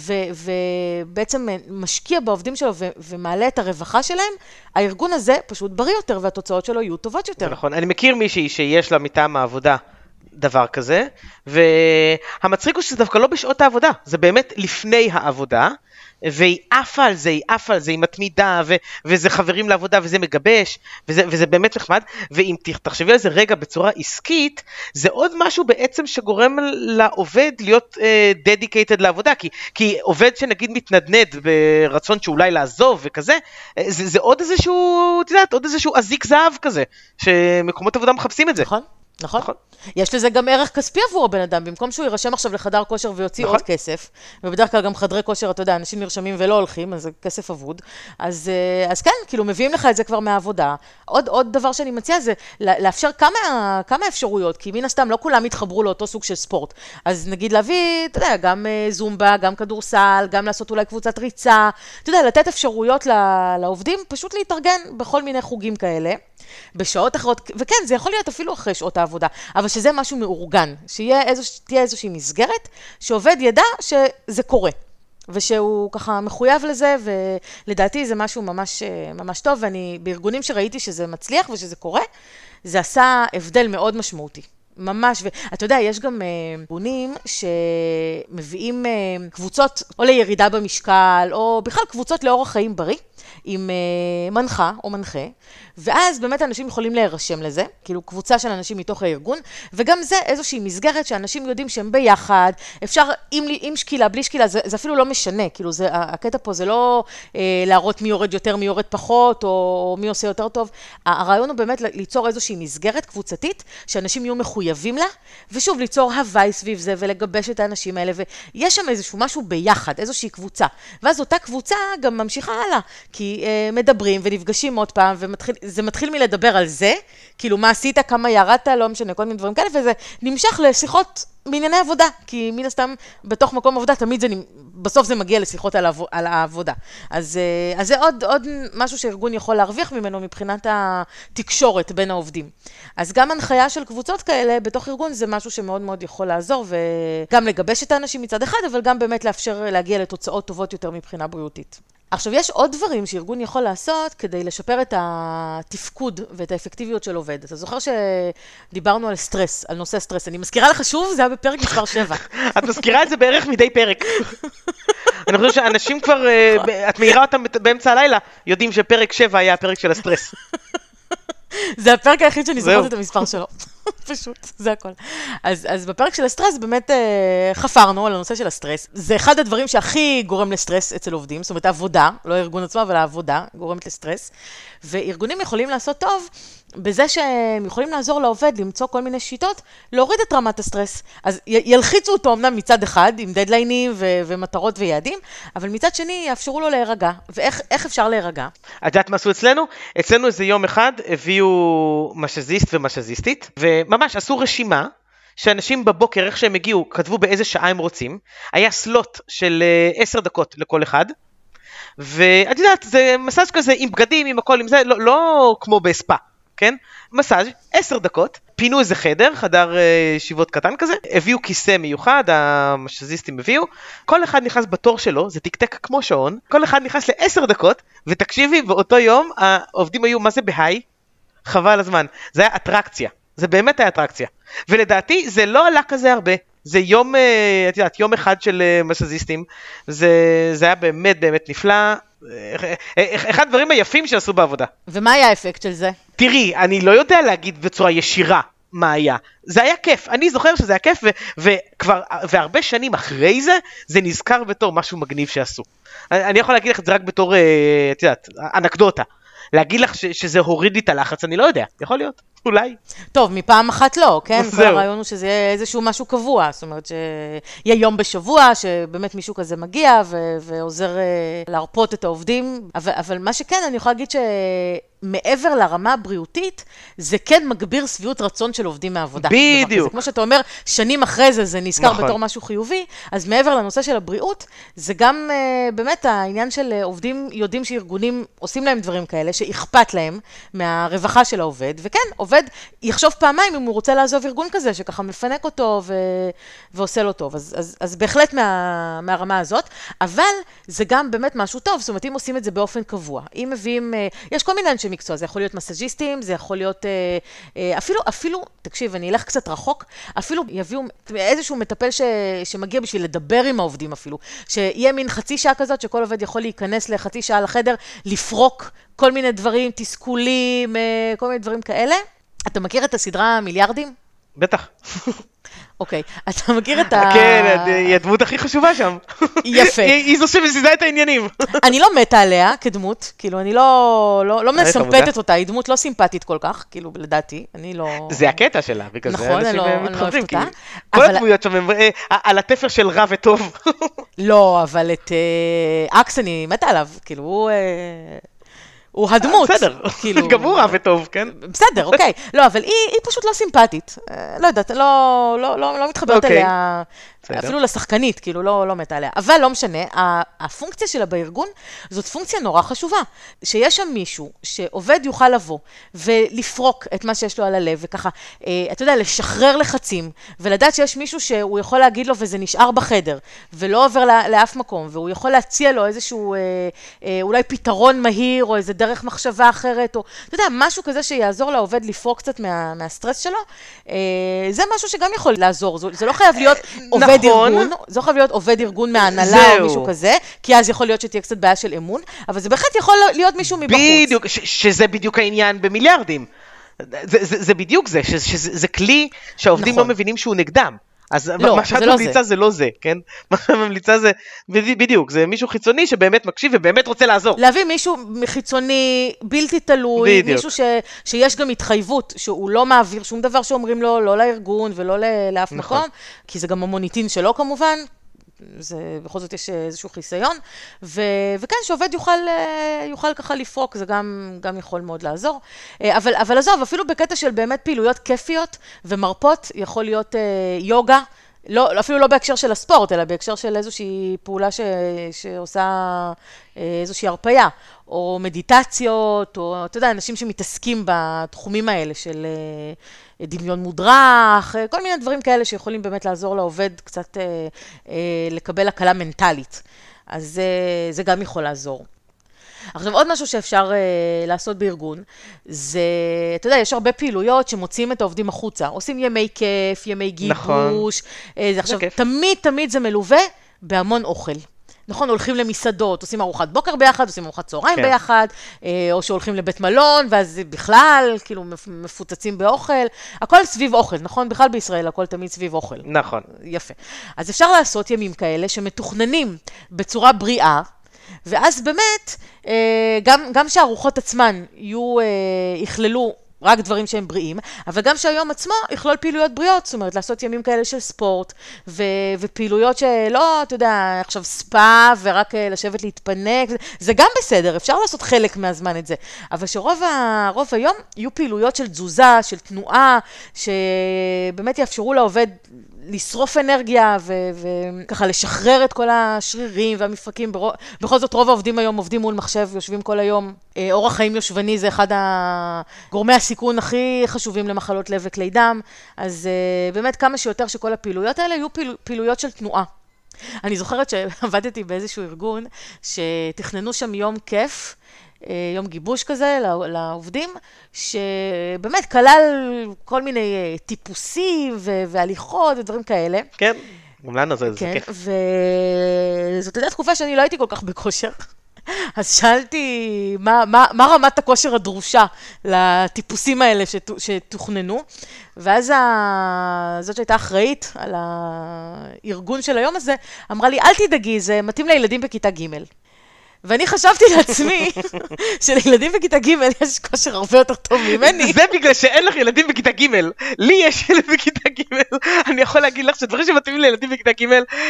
ובעצם משקיע בעובדים שלו ומעלה את הרווחה שלהם, הארגון הזה פשוט בריא יותר והתוצאות שלו יהיו טובות יותר. נכון, אני מכיר מישהי שיש לה מטעם העבודה דבר כזה, והמצחיק הוא שזה דווקא לא בשעות העבודה, זה באמת לפני העבודה, והיא עפה על זה, היא מתמידה, וזה חברים לעבודה, וזה מגבש, וזה באמת נחמד, ואם תחשבי על זה רגע בצורה עסקית, זה עוד משהו בעצם שגורם לעובד להיות dedicated לעבודה, כי עובד שנגיד מתנדנד ברצון שאולי לעזוב וכזה, זה עוד איזשהו, את יודעת, עוד איזשהו אזיק זהב כזה, שמקומות עבודה מחפשים את זה. נכון. יש לזה גם ערך כספי עבור הבן אדם, במקום שהוא יירשם עכשיו לחדר כושר ויוציא עוד כסף, ובדרך כלל גם חדרי כושר, אתה יודע, אנשים נרשמים ולא הולכים, אז זה כסף אבוד, אז כן, כאילו מביאים לך את זה כבר מהעבודה. עוד דבר שאני מציעה זה לאפשר כמה אפשרויות, כי מן הסתם לא כולם יתחברו לאותו סוג של ספורט, אז נגיד להביא, אתה יודע, גם זומבה, גם כדורסל, גם לעשות אולי קבוצת ריצה, אתה יודע, לתת אפשרויות לעובדים, פשוט להתארגן בכל מיני חוגים כאלה. בשעות אחרות, וכן, זה יכול להיות אפילו אחרי שעות העבודה, אבל שזה משהו מאורגן, שתהיה איזושהי מסגרת, שעובד ידע שזה קורה, ושהוא ככה מחויב לזה, ולדעתי זה משהו ממש, ממש טוב, ואני בארגונים שראיתי שזה מצליח ושזה קורה, זה עשה הבדל מאוד משמעותי. ממש, ואתה יודע, יש גם ארגונים שמביאים קבוצות או לירידה במשקל, או בכלל קבוצות לאורח חיים בריא, עם מנחה או מנחה, ואז באמת אנשים יכולים להירשם לזה, כאילו קבוצה של אנשים מתוך הארגון, וגם זה איזושהי מסגרת שאנשים יודעים שהם ביחד, אפשר עם שקילה, בלי שקילה, זה אפילו לא משנה, כאילו הקטע פה זה לא להראות מי יורד יותר, מי יורד פחות, או מי עושה יותר טוב, הרעיון הוא באמת ליצור איזושהי מסגרת קבוצתית, שאנשים יהיו מחויבים לה, ושוב, ליצור הוואי סביב זה, ולגבש את האנשים האלה, ויש שם איזשהו משהו ביחד, איזושהי קבוצה, ואז אותה קבוצה גם ממשיכה הלאה, כי מדברים ונפגשים עוד פעם, זה מתחיל מלדבר על זה, כאילו מה עשית, כמה ירדת, לא משנה, כל מיני דברים כאלה, וזה נמשך לשיחות בענייני עבודה, כי מן הסתם בתוך מקום עבודה, תמיד בסוף זה מגיע לשיחות על העבודה. אז זה עוד משהו שארגון יכול להרוויח ממנו מבחינת התקשורת בין העובדים. אז גם הנחיה של קבוצות כאלה בתוך ארגון זה משהו שמאוד מאוד יכול לעזור, וגם לגבש את האנשים מצד אחד, אבל גם באמת לאפשר להגיע לתוצאות טובות יותר מבחינה בריאותית. עכשיו, יש עוד דברים שארגון יכול לעשות כדי לשפר את התפקוד ואת האפקטיביות של עובד. אתה זוכר שדיברנו על סטרס, על נושא סטרס. אני מזכירה לך שוב, זה היה בפרק מספר 7. את מזכירה את זה בערך מדי פרק. אני חושב שאנשים כבר, את מהירה אותם באמצע הלילה, יודעים שפרק 7 היה הפרק של הסטרס. זה הפרק היחיד שאני זוכרת את המספר שלו. פשוט, זה הכל. אז בפרק של הסטרס באמת חפרנו על הנושא של הסטרס. זה אחד הדברים שהכי גורם לסטרס אצל עובדים, זאת אומרת העבודה, לא הארגון עצמו, אבל העבודה גורמת לסטרס. וארגונים יכולים לעשות טוב בזה שהם יכולים לעזור לעובד למצוא כל מיני שיטות, להוריד את רמת הסטרס. אז ילחיצו אותו אמנם מצד אחד, עם דדליינים ומטרות ויעדים, אבל מצד שני יאפשרו לו להירגע. ואיך אפשר להירגע? את יודעת מה עשו אצלנו? אצלנו איזה יום אחד הביאו משזיסט ומשזיסטית, וממש עשו רשימה, שאנשים בבוקר, איך שהם הגיעו, כתבו באיזה שעה הם רוצים, היה סלוט של 10 דקות לכל אחד, ואת יודעת, זה מסאז' כזה עם בגדים, עם הכל, עם זה, לא כמו בספה, כן? מסאז' 10 דקות, פינו איזה חדר ישיבות קטן כזה, הביאו כיסא מיוחד, המשזיסטים הביאו, כל אחד נכנס בתור שלו, זה תקתק כמו שעון, כל אחד נכנס ל10 דקות, ותקשיבי, באותו יום העובדים היו, מה זה בהיי? חבל הזמן, זה היה אטרקציה, זה באמת היה אטרקציה, ולדעתי זה לא עלה כזה הרבה, זה יום, את יודעת, יום אחד של משזיסטים, זה היה באמת באמת נפלא, אחד הדברים היפים שעשו בעבודה. ומה היה האפקט של זה? תראי, אני לא יודע להגיד בצורה ישירה מה היה, זה היה כיף, אני זוכר שזה היה כיף, והרבה שנים אחרי זה, זה נזכר בתור משהו מגניב שעשו. אני יכול להגיד לך את זה רק בתור, את יודעת, אנקדוטה. להגיד לך שזה הוריד לי את הלחץ, אני לא יודע, יכול להיות, אולי. טוב, מפעם אחת לא, כן? כל הרעיון הוא שזה יהיה איזשהו משהו קבוע, זאת אומרת שיהיה יום בשבוע, שבאמת מישהו כזה מגיע ועוזר להרפות את העובדים, אבל מה שכן, אני יכולה להגיד מעבר לרמה הבריאותית, זה כן מגביר שביעות רצון של עובדים מהעבודה. בדיוק. כמו שאתה אומר, שנים אחרי זה נזכר בתור משהו חיובי, אז מעבר לנושא של הבריאות, זה גם באמת העניין של עובדים יודעים שארגונים עושים להם דברים כאלה, שאכפת להם מהרווחה של העובד, וכן, עובד יחשוב פעמיים אם הוא רוצה לעזוב ארגון כזה, שככה מפנק אותו ועושה לו טוב. אז בהחלט מהרמה הזאת, אבל זה גם באמת משהו טוב, זאת אומרת, אם עושים את זה באופן קבוע, אם מביאים, יש כל מיני אנשי מקצוע, זה יכול להיות מסאז'יסטים, זה יכול להיות, אפילו, תקשיב, אני אלך קצת רחוק, אפילו יביאו איזשהו מטפל שמגיע בשביל לדבר עם העובדים אפילו, שיהיה מין חצי שעה כזאת, שכל עובד יכול להיכנס לחצי שעה לחדר, לפרוק כל מיני דברים, תסכולים, כל מיני דברים כאלה. אתה מכיר את הסדרה מיליארדים? בטח. אוקיי, אתה מכיר את כן, היא הדמות הכי חשובה שם. יפה. היא זו שמזיזה את העניינים. אני לא מתה עליה כדמות, כאילו, אני לא מסמפתת אותה, היא דמות לא סימפטית כל כך, כאילו, לדעתי, אני לא... זה הקטע שלה, בגלל זה אנשים מתחברים, כי כל הדמויות שם הם על התפר של רע וטוב. לא, אבל את אקס אני מתה עליו, כאילו, הוא הדמות. בסדר, גם הוא רע וטוב, כן? בסדר, אוקיי. לא, אבל היא פשוט לא סימפטית. לא יודעת, לא מתחברת אליה, אפילו לשחקנית, כאילו, לא מתה עליה. אבל לא משנה, הפונקציה שלה בארגון, זאת פונקציה נורא חשובה. שיש שם מישהו שעובד יוכל לבוא ולפרוק את מה שיש לו על הלב, וככה, אתה יודע, לשחרר לחצים, ולדעת שיש מישהו שהוא יכול להגיד לו, וזה נשאר בחדר, ולא עובר לאף מקום, והוא יכול להציע לו איזשהו, אולי פתרון מהיר, או איזה דרך מחשבה אחרת, או, אתה יודע, משהו כזה שיעזור לעובד לפרוק קצת מהסטרס שלו, זה משהו שגם יכול לעזור, זה לא חייב להיות עובד ארגון, זה לא חייב להיות עובד ארגון מההנהלה או מישהו כזה, כי אז יכול להיות שתהיה קצת בעיה של אמון, אבל זה בהחלט יכול להיות מישהו מבחוץ. בדיוק, שזה בדיוק העניין במיליארדים. זה בדיוק זה, שזה כלי שהעובדים לא מבינים שהוא נגדם. אז מה שאת ממליצה זה לא זה, כן? מה שאת ממליצה זה, בדיוק, זה מישהו חיצוני שבאמת מקשיב ובאמת רוצה לעזור. להביא מישהו חיצוני, בלתי תלוי, מישהו שיש גם התחייבות, שהוא לא מעביר שום דבר שאומרים לו, לא לארגון ולא לאף מקום, כי זה גם המוניטין שלו כמובן, בכל זאת יש איזשהו חיסיון, וכן, שעובד יוכל ככה לפרוק, זה גם יכול מאוד לעזור. אבל עזוב, אפילו בקטע של באמת פעילויות כיפיות ומרפות, יכול להיות יוגה, אפילו לא בהקשר של הספורט, אלא בהקשר של איזושהי פעולה שעושה איזושהי הרפאיה, או מדיטציות, או אתה יודע, אנשים שמתעסקים בתחומים האלה של דמיון מודרך, כל מיני דברים כאלה שיכולים באמת לעזור לעובד קצת לקבל הקלה מנטלית. אז זה גם יכול לעזור. עכשיו, עוד משהו שאפשר לעשות בארגון, זה, אתה יודע, יש הרבה פעילויות שמוציאים את העובדים החוצה. עושים ימי כיף, ימי גיבוש. עכשיו, תמיד זה מלווה בהמון אוכל. נכון, הולכים למסעדות, עושים ארוחת בוקר ביחד, עושים ארוחת צהריים ביחד, או שהולכים לבית מלון, ואז בכלל, כאילו, מפוצצים באוכל. הכל סביב אוכל, נכון? בכלל בישראל, הכל תמיד סביב אוכל. נכון. יפה. אז אפשר לעשות ימים כאלה שמתוכננים בצורה בריאה, ואז באמת, גם שהארוחות עצמן יכללו רק דברים שהם בריאים, אבל גם שהיום עצמו יכלול פעילויות בריאות, זאת אומרת, לעשות ימים כאלה של ספורט, ופעילויות שלא, אתה יודע, עכשיו ספא, ורק לשבת להתפנק, זה גם בסדר, אפשר לעשות חלק מהזמן את זה, אבל שרוב היום יהיו פעילויות של תזוזה, של תנועה, שבאמת יאפשרו לעובד לשרוף אנרגיה וככה לשחרר את כל השרירים והמפרקים. בכל זאת רוב העובדים היום עובדים מול מחשב, יושבים כל היום. אורח חיים יושבני זה אחד גורמי הסיכון הכי חשובים למחלות לב וכלי דם. אז באמת כמה שיותר שכל הפעילויות האלה יהיו פעילויות של תנועה. אני זוכרת שעבדתי באיזשהו ארגון שתכננו שם יום כיף, יום גיבוש כזה לעובדים, שבאמת כלל כל מיני טיפוסים והליכות ודברים כאלה. כן, גם לנו זה כיף. וזאת הייתה תקופה שאני לא הייתי כל כך בכושר. אז שאלתי, מה רמת הכושר הדרושה לטיפוסים האלה שתוכננו? ואז זאת שהייתה אחראית על הארגון של היום הזה, אמרה לי, אל תדאגי, זה מתאים לילדים בכיתה ג'. ואני חשבתי לעצמי שלילדים בכיתה ג' יש כושר הרבה יותר טוב ממני. זה בגלל שאין לך ילדים בכיתה ג'. לי יש ילד בכיתה ג'. אני יכול להגיד לך שדברים שמתאימים לילדים בכיתה ג'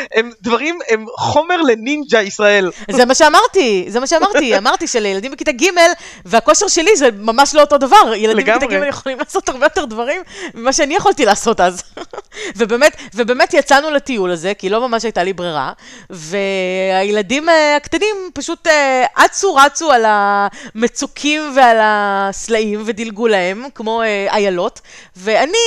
הם חומר לנינג'ה ישראל. זה מה שאמרתי. אמרתי שלילדים בכיתה ג' והכושר שלי זה ממש לא אותו דבר. ילדים בכיתה ג' יכולים לעשות הרבה יותר דברים ממה שאני יכולתי לעשות אז. ובאמת יצאנו לטיול הזה, כי לא ממש הייתה לי ברירה, והילדים הקטנים פשוט רצו על המצוקים ועל הסלעים ודילגו להם, כמו איילות, ואני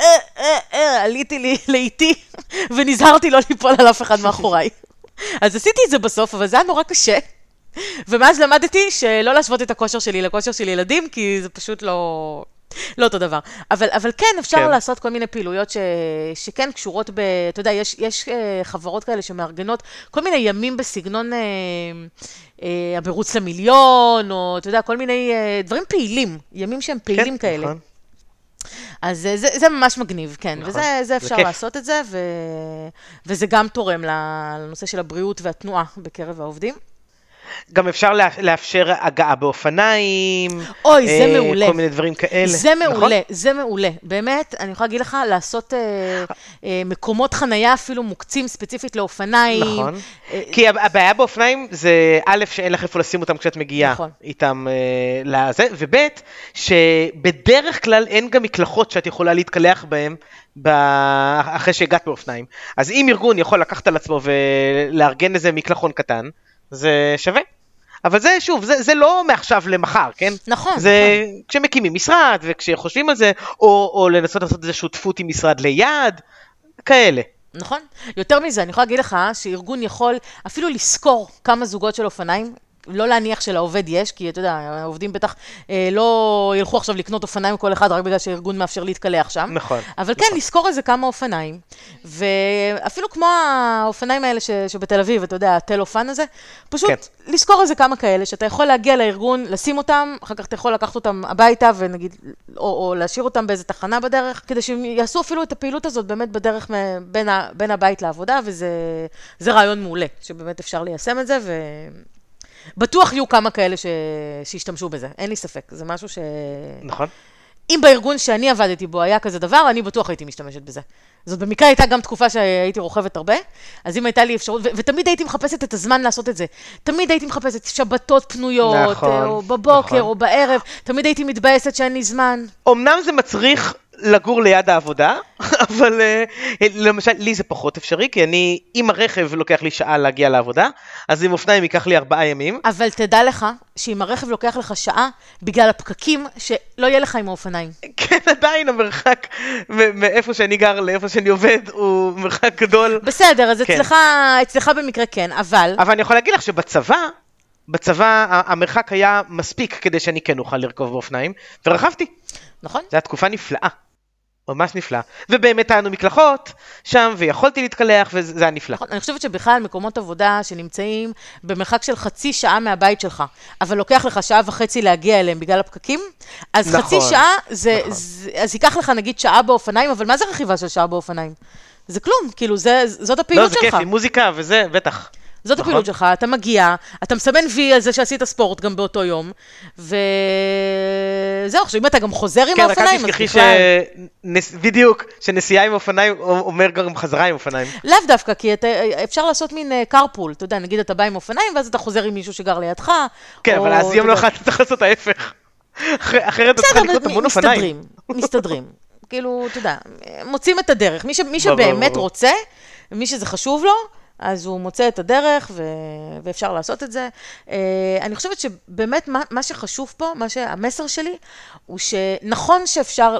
עליתי לי לאיטי ונזהרתי לא ליפול על אף אחד מאחוריי. אז עשיתי את זה בסוף, אבל זה היה נורא קשה, ומאז למדתי שלא להשוות את הכושר שלי לכושר של ילדים, כי זה פשוט לא אותו דבר. אבל כן, אפשר לעשות כל מיני פעילויות שכן קשורות אתה יודע, יש חברות כאלה שמארגנות כל מיני ימים בסגנון המרוץ למיליון, או אתה יודע, כל מיני דברים פעילים, ימים שהם פעילים כאלה. אז זה ממש מגניב, כן, וזה אפשר לעשות את זה, וזה גם תורם לנושא של הבריאות והתנועה בקרב העובדים. גם אפשר לאפשר הגעה באופניים, אוי, זה מעולה. כל מיני דברים כאלה. זה מעולה. באמת, אני יכולה להגיד לך, לעשות מקומות חנייה אפילו מוקצים ספציפית לאופניים. נכון. כי הבעיה באופניים זה א', שאין לך איפה לשים אותם כשאת מגיעה איתם לזה, וב', שבדרך כלל אין גם מקלחות שאת יכולה להתקלח בהם, אחרי שהגעת באופניים. אז אם ארגון יכול לקחת על עצמו ולארגן איזה מקלחון קטן, זה שווה. אבל זה, שוב, זה לא מעכשיו למחר, כן? נכון. זה כשמקימים משרד, וכשחושבים על זה, או לנסות לעשות איזו שותפות עם משרד ליד, כאלה. נכון. יותר מזה, אני יכולה להגיד לך שארגון יכול אפילו לזכור כמה זוגות של אופניים, לא להניח שלעובד יש, כי אתה יודע, העובדים בטח לא ילכו עכשיו לקנות אופניים כל אחד, רק בגלל שהארגון מאפשר להתקלח שם. נכון. אבל כן, לזכור איזה כמה אופניים. ואפילו כמו האופניים האלה שבתל אביב, אתה יודע, הטלופן הזה, פשוט לזכור איזה כמה כאלה, שאתה יכול להגיע לארגון, לשים אותם, אחר כך אתה יכול לקחת אותם הביתה, ונגיד, או להשאיר אותם באיזה תחנה בדרך, כדי שהם יעשו אפילו את הפעילות הזאת באמת בדרך בין הבית לעבודה, וזה רעיון מעולה, שבאמת אפשר ליישם את זה, בטוח יהיו כמה כאלה שישתמשו בזה, אין לי ספק, זה משהו נכון. אם בארגון שאני עבדתי בו היה כזה דבר, אני בטוח הייתי משתמשת בזה. זאת במקרה הייתה גם תקופה שהייתי רוכבת הרבה, אז אם הייתה לי אפשרות, ותמיד הייתי מחפשת את הזמן לעשות את זה. תמיד הייתי מחפשת שבתות פנויות, נכון, או בבוקר, נכון. או בערב, תמיד הייתי מתבאסת שאין לי זמן. אמנם זה מצריך לגור ליד העבודה, אבל למשל, לי זה פחות אפשרי, כי אני, אם הרכב לוקח לי שעה להגיע לעבודה, אז עם אופניים ייקח לי 4 ימים. אבל תדע לך, שאם הרכב לוקח לך שעה, בגלל הפקקים, שלא יהיה לך עם האופניים. כן, עדיין המרחק מאיפה שאני גר לאיפה שאני עובד, הוא מרחק גדול. בסדר, אז כן. אצלך במקרה כן, אבל אני יכול להגיד לך בצבא המרחק היה מספיק כדי שאני כן אוכל לרכוב באופניים, ורכבתי. נכון? זו הייתה תקופה נפלאה. ממש נפלא. ובאמת היינו מקלחות שם, ויכולתי להתקלח, וזה היה נפלא. אני חושבת שבכלל מקומות עבודה שנמצאים במרחק של חצי שעה מהבית שלך, אבל לוקח לך 1.5 שעה להגיע אליהם בגלל הפקקים, אז נכון, חצי שעה, נכון. אז ייקח לך נגיד שעה באופניים, אבל מה זה רכיבה של שעה באופניים? זה כלום, כאילו זאת הפעילות שלך. לא, זה כיף, עם מוזיקה וזה, בטח. זאת נכון. הפעילות שלך, אתה מגיע, אתה מסמן וי על זה שעשית ספורט גם באותו יום, וזהו, עכשיו אם אתה גם חוזר עם האופניים, אז בכלל. בדיוק, שנסיעה עם אופניים אומר גם חזרה עם אופניים. לאו דווקא, כי אפשר לעשות מין קרפול, אתה יודע, נגיד אתה בא עם אופניים, ואז אתה חוזר עם מישהו שגר לידך. כן, אבל אז יום לא אחד אתה צריך לעשות ההפך. אחרת אתה צריך לקנות המון אופניים. מסתדרים. כאילו, אתה יודע, מוצאים את הדרך. מי שבאמת רוצה, מי שזה חשוב לו, אז הוא מוצא את הדרך, ואפשר לעשות את זה. אני חושבת שבאמת מה שחשוב פה, המסר שלי, הוא שנכון שאפשר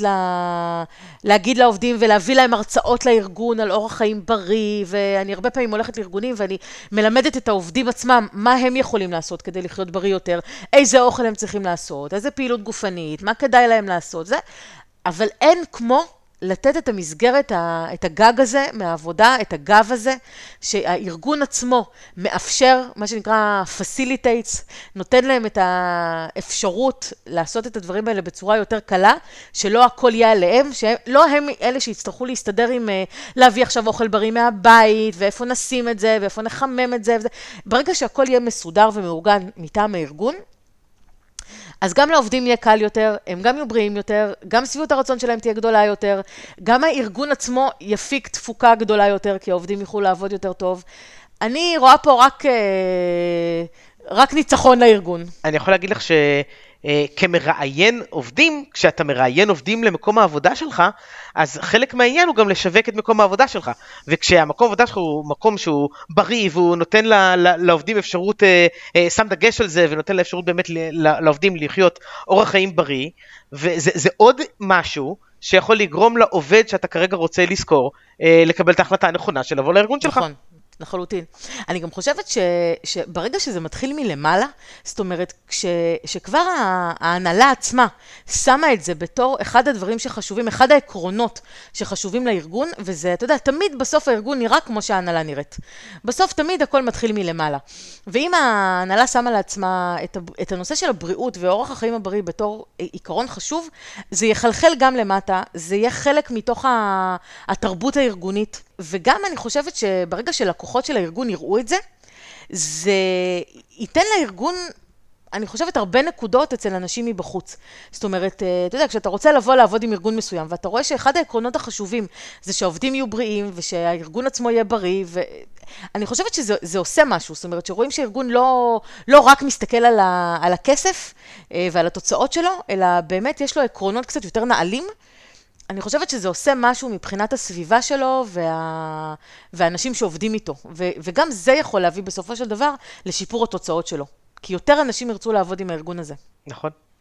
להגיד לעובדים ולהביא להם הרצאות לארגון על אורח חיים בריא, ואני הרבה פעמים הולכת לארגונים ואני מלמדת את העובדים עצמם מה הם יכולים לעשות כדי לחיות בריא יותר, איזה אוכל הם צריכים לעשות, איזה פעילות גופנית, מה כדאי להם לעשות, זה. אבל אין כמו לתת את המסגרת, את הגג הזה מהעבודה, את הגב הזה, שהארגון עצמו מאפשר, מה שנקרא facilitates, נותן להם את האפשרות לעשות את הדברים האלה בצורה יותר קלה, שלא הכל יהיה עליהם, שלא הם אלה שיצטרכו להסתדר עם להביא עכשיו אוכל בריא מהבית, ואיפה נשים את זה, ואיפה נחמם את זה, ברגע שהכל יהיה מסודר ומאורגן מטעם הארגון, אז גם לעובדים יהיה קל יותר, הם גם יהיו בריאים יותר, גם סביבות הרצון שלהם תהיה גדולה יותר, גם הארגון עצמו יפיק תפוקה גדולה יותר, כי העובדים יוכלו לעבוד יותר טוב. אני רואה פה רק ניצחון לארגון. אני יכול להגיד לך כמראיין עובדים, כשאתה מראיין עובדים למקום העבודה שלך, אז חלק מהעניין הוא גם לשווק את מקום העבודה שלך, וכשהמקום העבודה שלך הוא מקום שהוא בריא, והוא נותן לעובדים אפשרות, שם דגש על זה, ונותן לאפשרות באמת לעובדים לחיות אורח חיים בריא, וזה עוד משהו שיכול לגרום לעובד שאתה כרגע רוצה לזכור, לקבל את ההחלטה הנכונה של לבוא לארגון שלך. נכון. לחלוטין. אני גם חושבת שברגע שזה מתחיל מלמעלה, זאת אומרת, שכבר ההנהלה עצמה שמה את זה בתור אחד הדברים שחשובים, אחד העקרונות שחשובים לארגון, וזה, אתה יודע, תמיד בסוף הארגון נראה כמו שההנהלה נראית. בסוף תמיד הכל מתחיל מלמעלה. ואם ההנהלה שמה לעצמה את הנושא של הבריאות ואורח החיים הבריא בתור עיקרון חשוב, זה יחלחל גם למטה, זה יהיה חלק מתוך התרבות הארגונית, וגם אני חושבת שברגע שלקוחות של הארגון יראו את זה, זה ייתן לארגון, אני חושבת, הרבה נקודות אצל אנשים מבחוץ. זאת אומרת, אתה יודע, כשאתה רוצה לבוא לעבוד עם ארגון מסוים, ואתה רואה שאחד העקרונות החשובים זה שהעובדים יהיו בריאים, ושהארגון עצמו יהיה בריא, ואני חושבת שזה עושה משהו. זאת אומרת, שרואים שהארגון לא רק מסתכל על הכסף ועל התוצאות שלו, אלא באמת יש לו עקרונות קצת יותר נעלים, אני חושבת שזה עושה משהו מבחינת הסביבה שלו והאנשים שעובדים איתו. וגם זה יכול להביא בסופו של דבר לשיפור התוצאות שלו. כי יותר אנשים ירצו לעבוד עם הארגון הזה. נכון.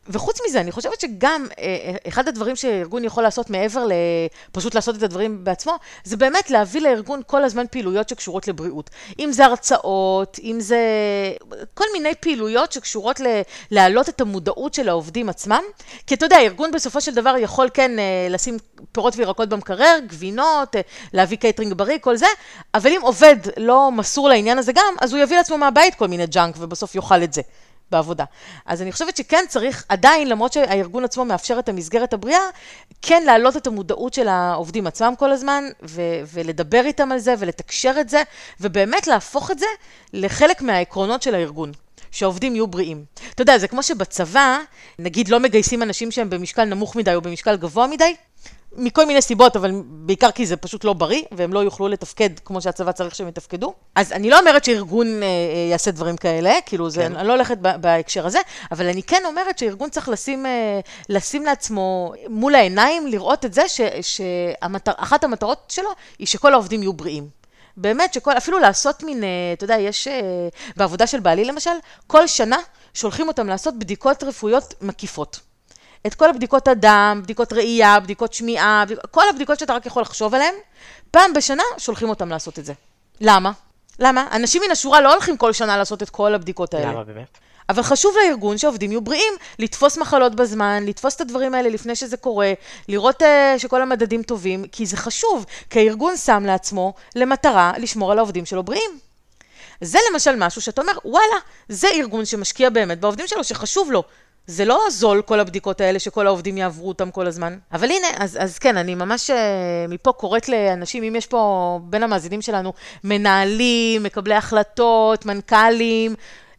וחוץ מזה, אני חושבת שגם אחד הדברים שארגון יכול לעשות מעבר לפשוט לעשות את הדברים בעצמו, זה באמת להביא לארגון כל הזמן פעילויות שקשורות לבריאות. אם זה הרצאות, אם זה כל מיני פעילויות שקשורות להעלות את המודעות של העובדים עצמם. כי אתה יודע, ארגון בסופו של דבר יכול כן לשים פירות וירקות במקרר, גבינות, להביא קייטרינג בריא, כל זה, אבל אם עובד לא מסור לעניין הזה גם, אז הוא יביא לעצמו מהבית כל מיני ג'אנק ובסוף יאכל את זה. בעבודה. אז אני חושבת שכן צריך עדיין, למרות שהארגון עצמו מאפשר את המסגרת הבריאה, כן להעלות את המודעות של העובדים עצמם כל הזמן, ולדבר איתם על זה, ולתקשר את זה, ובאמת להפוך את זה לחלק מהעקרונות של הארגון, שהעובדים יהיו בריאים. אתה יודע, זה כמו שבצבא, נגיד לא מגייסים אנשים שהם במשקל נמוך מדי או במשקל גבוה מדי, מכל מיני סיבות, אבל בעיקר כי זה פשוט לא בריא, והם לא יוכלו לתפקד כמו שהצבא צריך שהם יתפקדו. אז אני לא אומרת שארגון יעשה דברים כאלה, כאילו זה, אני לא הולכת בהקשר הזה, אבל אני כן אומרת שארגון צריך לשים לעצמו מול העיניים, לראות את זה שאחת המטרות שלו היא שכל העובדים יהיו בריאים. באמת אפילו לעשות מין, אתה יודע, יש בעבודה של בעלי למשל, כל שנה שולחים אותם לעשות בדיקות רפואיות מקיפות. את כל הבדיקות הדם, בדיקות ראייה, בדיקות שמיעה, כל הבדיקות שאתה רק יכול לחשוב עליהן, פעם בשנה שולחים אותם לעשות את זה. למה? למה? אנשים מן השורה לא הולכים כל שנה לעשות את כל הבדיקות האלה. למה באמת? אבל חשוב לארגון שהעובדים יהיו בריאים, לתפוס מחלות בזמן, לתפוס את הדברים האלה לפני שזה קורה, לראות שכל המדדים טובים, כי זה חשוב, כי הארגון שם לעצמו למטרה לשמור על העובדים שלו בריאים. זה למשל משהו שאתה אומר, וואלה, זה ארגון שמשקיע באמת בעובדים שלו, שחשוב לו. זה לא זול כל הבדיקות האלה שכל העובדים יעברו אותם כל הזמן. אבל הנה, אז כן, אני ממש מפה קוראת לאנשים, אם יש פה בין המאזינים שלנו, מנהלים, מקבלי החלטות, מנכ"לים,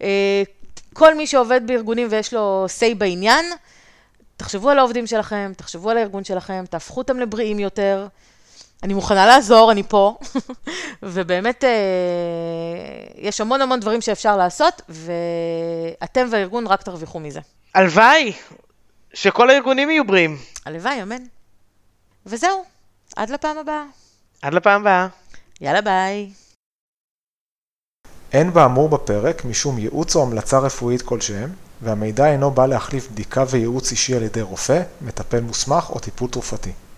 כל מי שעובד בארגונים ויש לו say בעניין, תחשבו על העובדים שלכם, תחשבו על הארגון שלכם, תהפכו אותם לבריאים יותר. אני מוכנה לעזור, אני פה. ובאמת, יש המון המון דברים שאפשר לעשות, ואתם והארגון רק תרוויחו מזה. הלוואי, שכל הארגונים יהיו בריאים. הלוואי, אמן. וזהו, עד לפעם הבאה. עד לפעם הבאה. יאללה ביי. אין באמור בפרק משום ייעוץ או המלצה רפואית כלשהם, והמידע אינו בא להחליף בדיקה וייעוץ אישי על ידי רופא, מטפל מוסמך או טיפול תרופתי.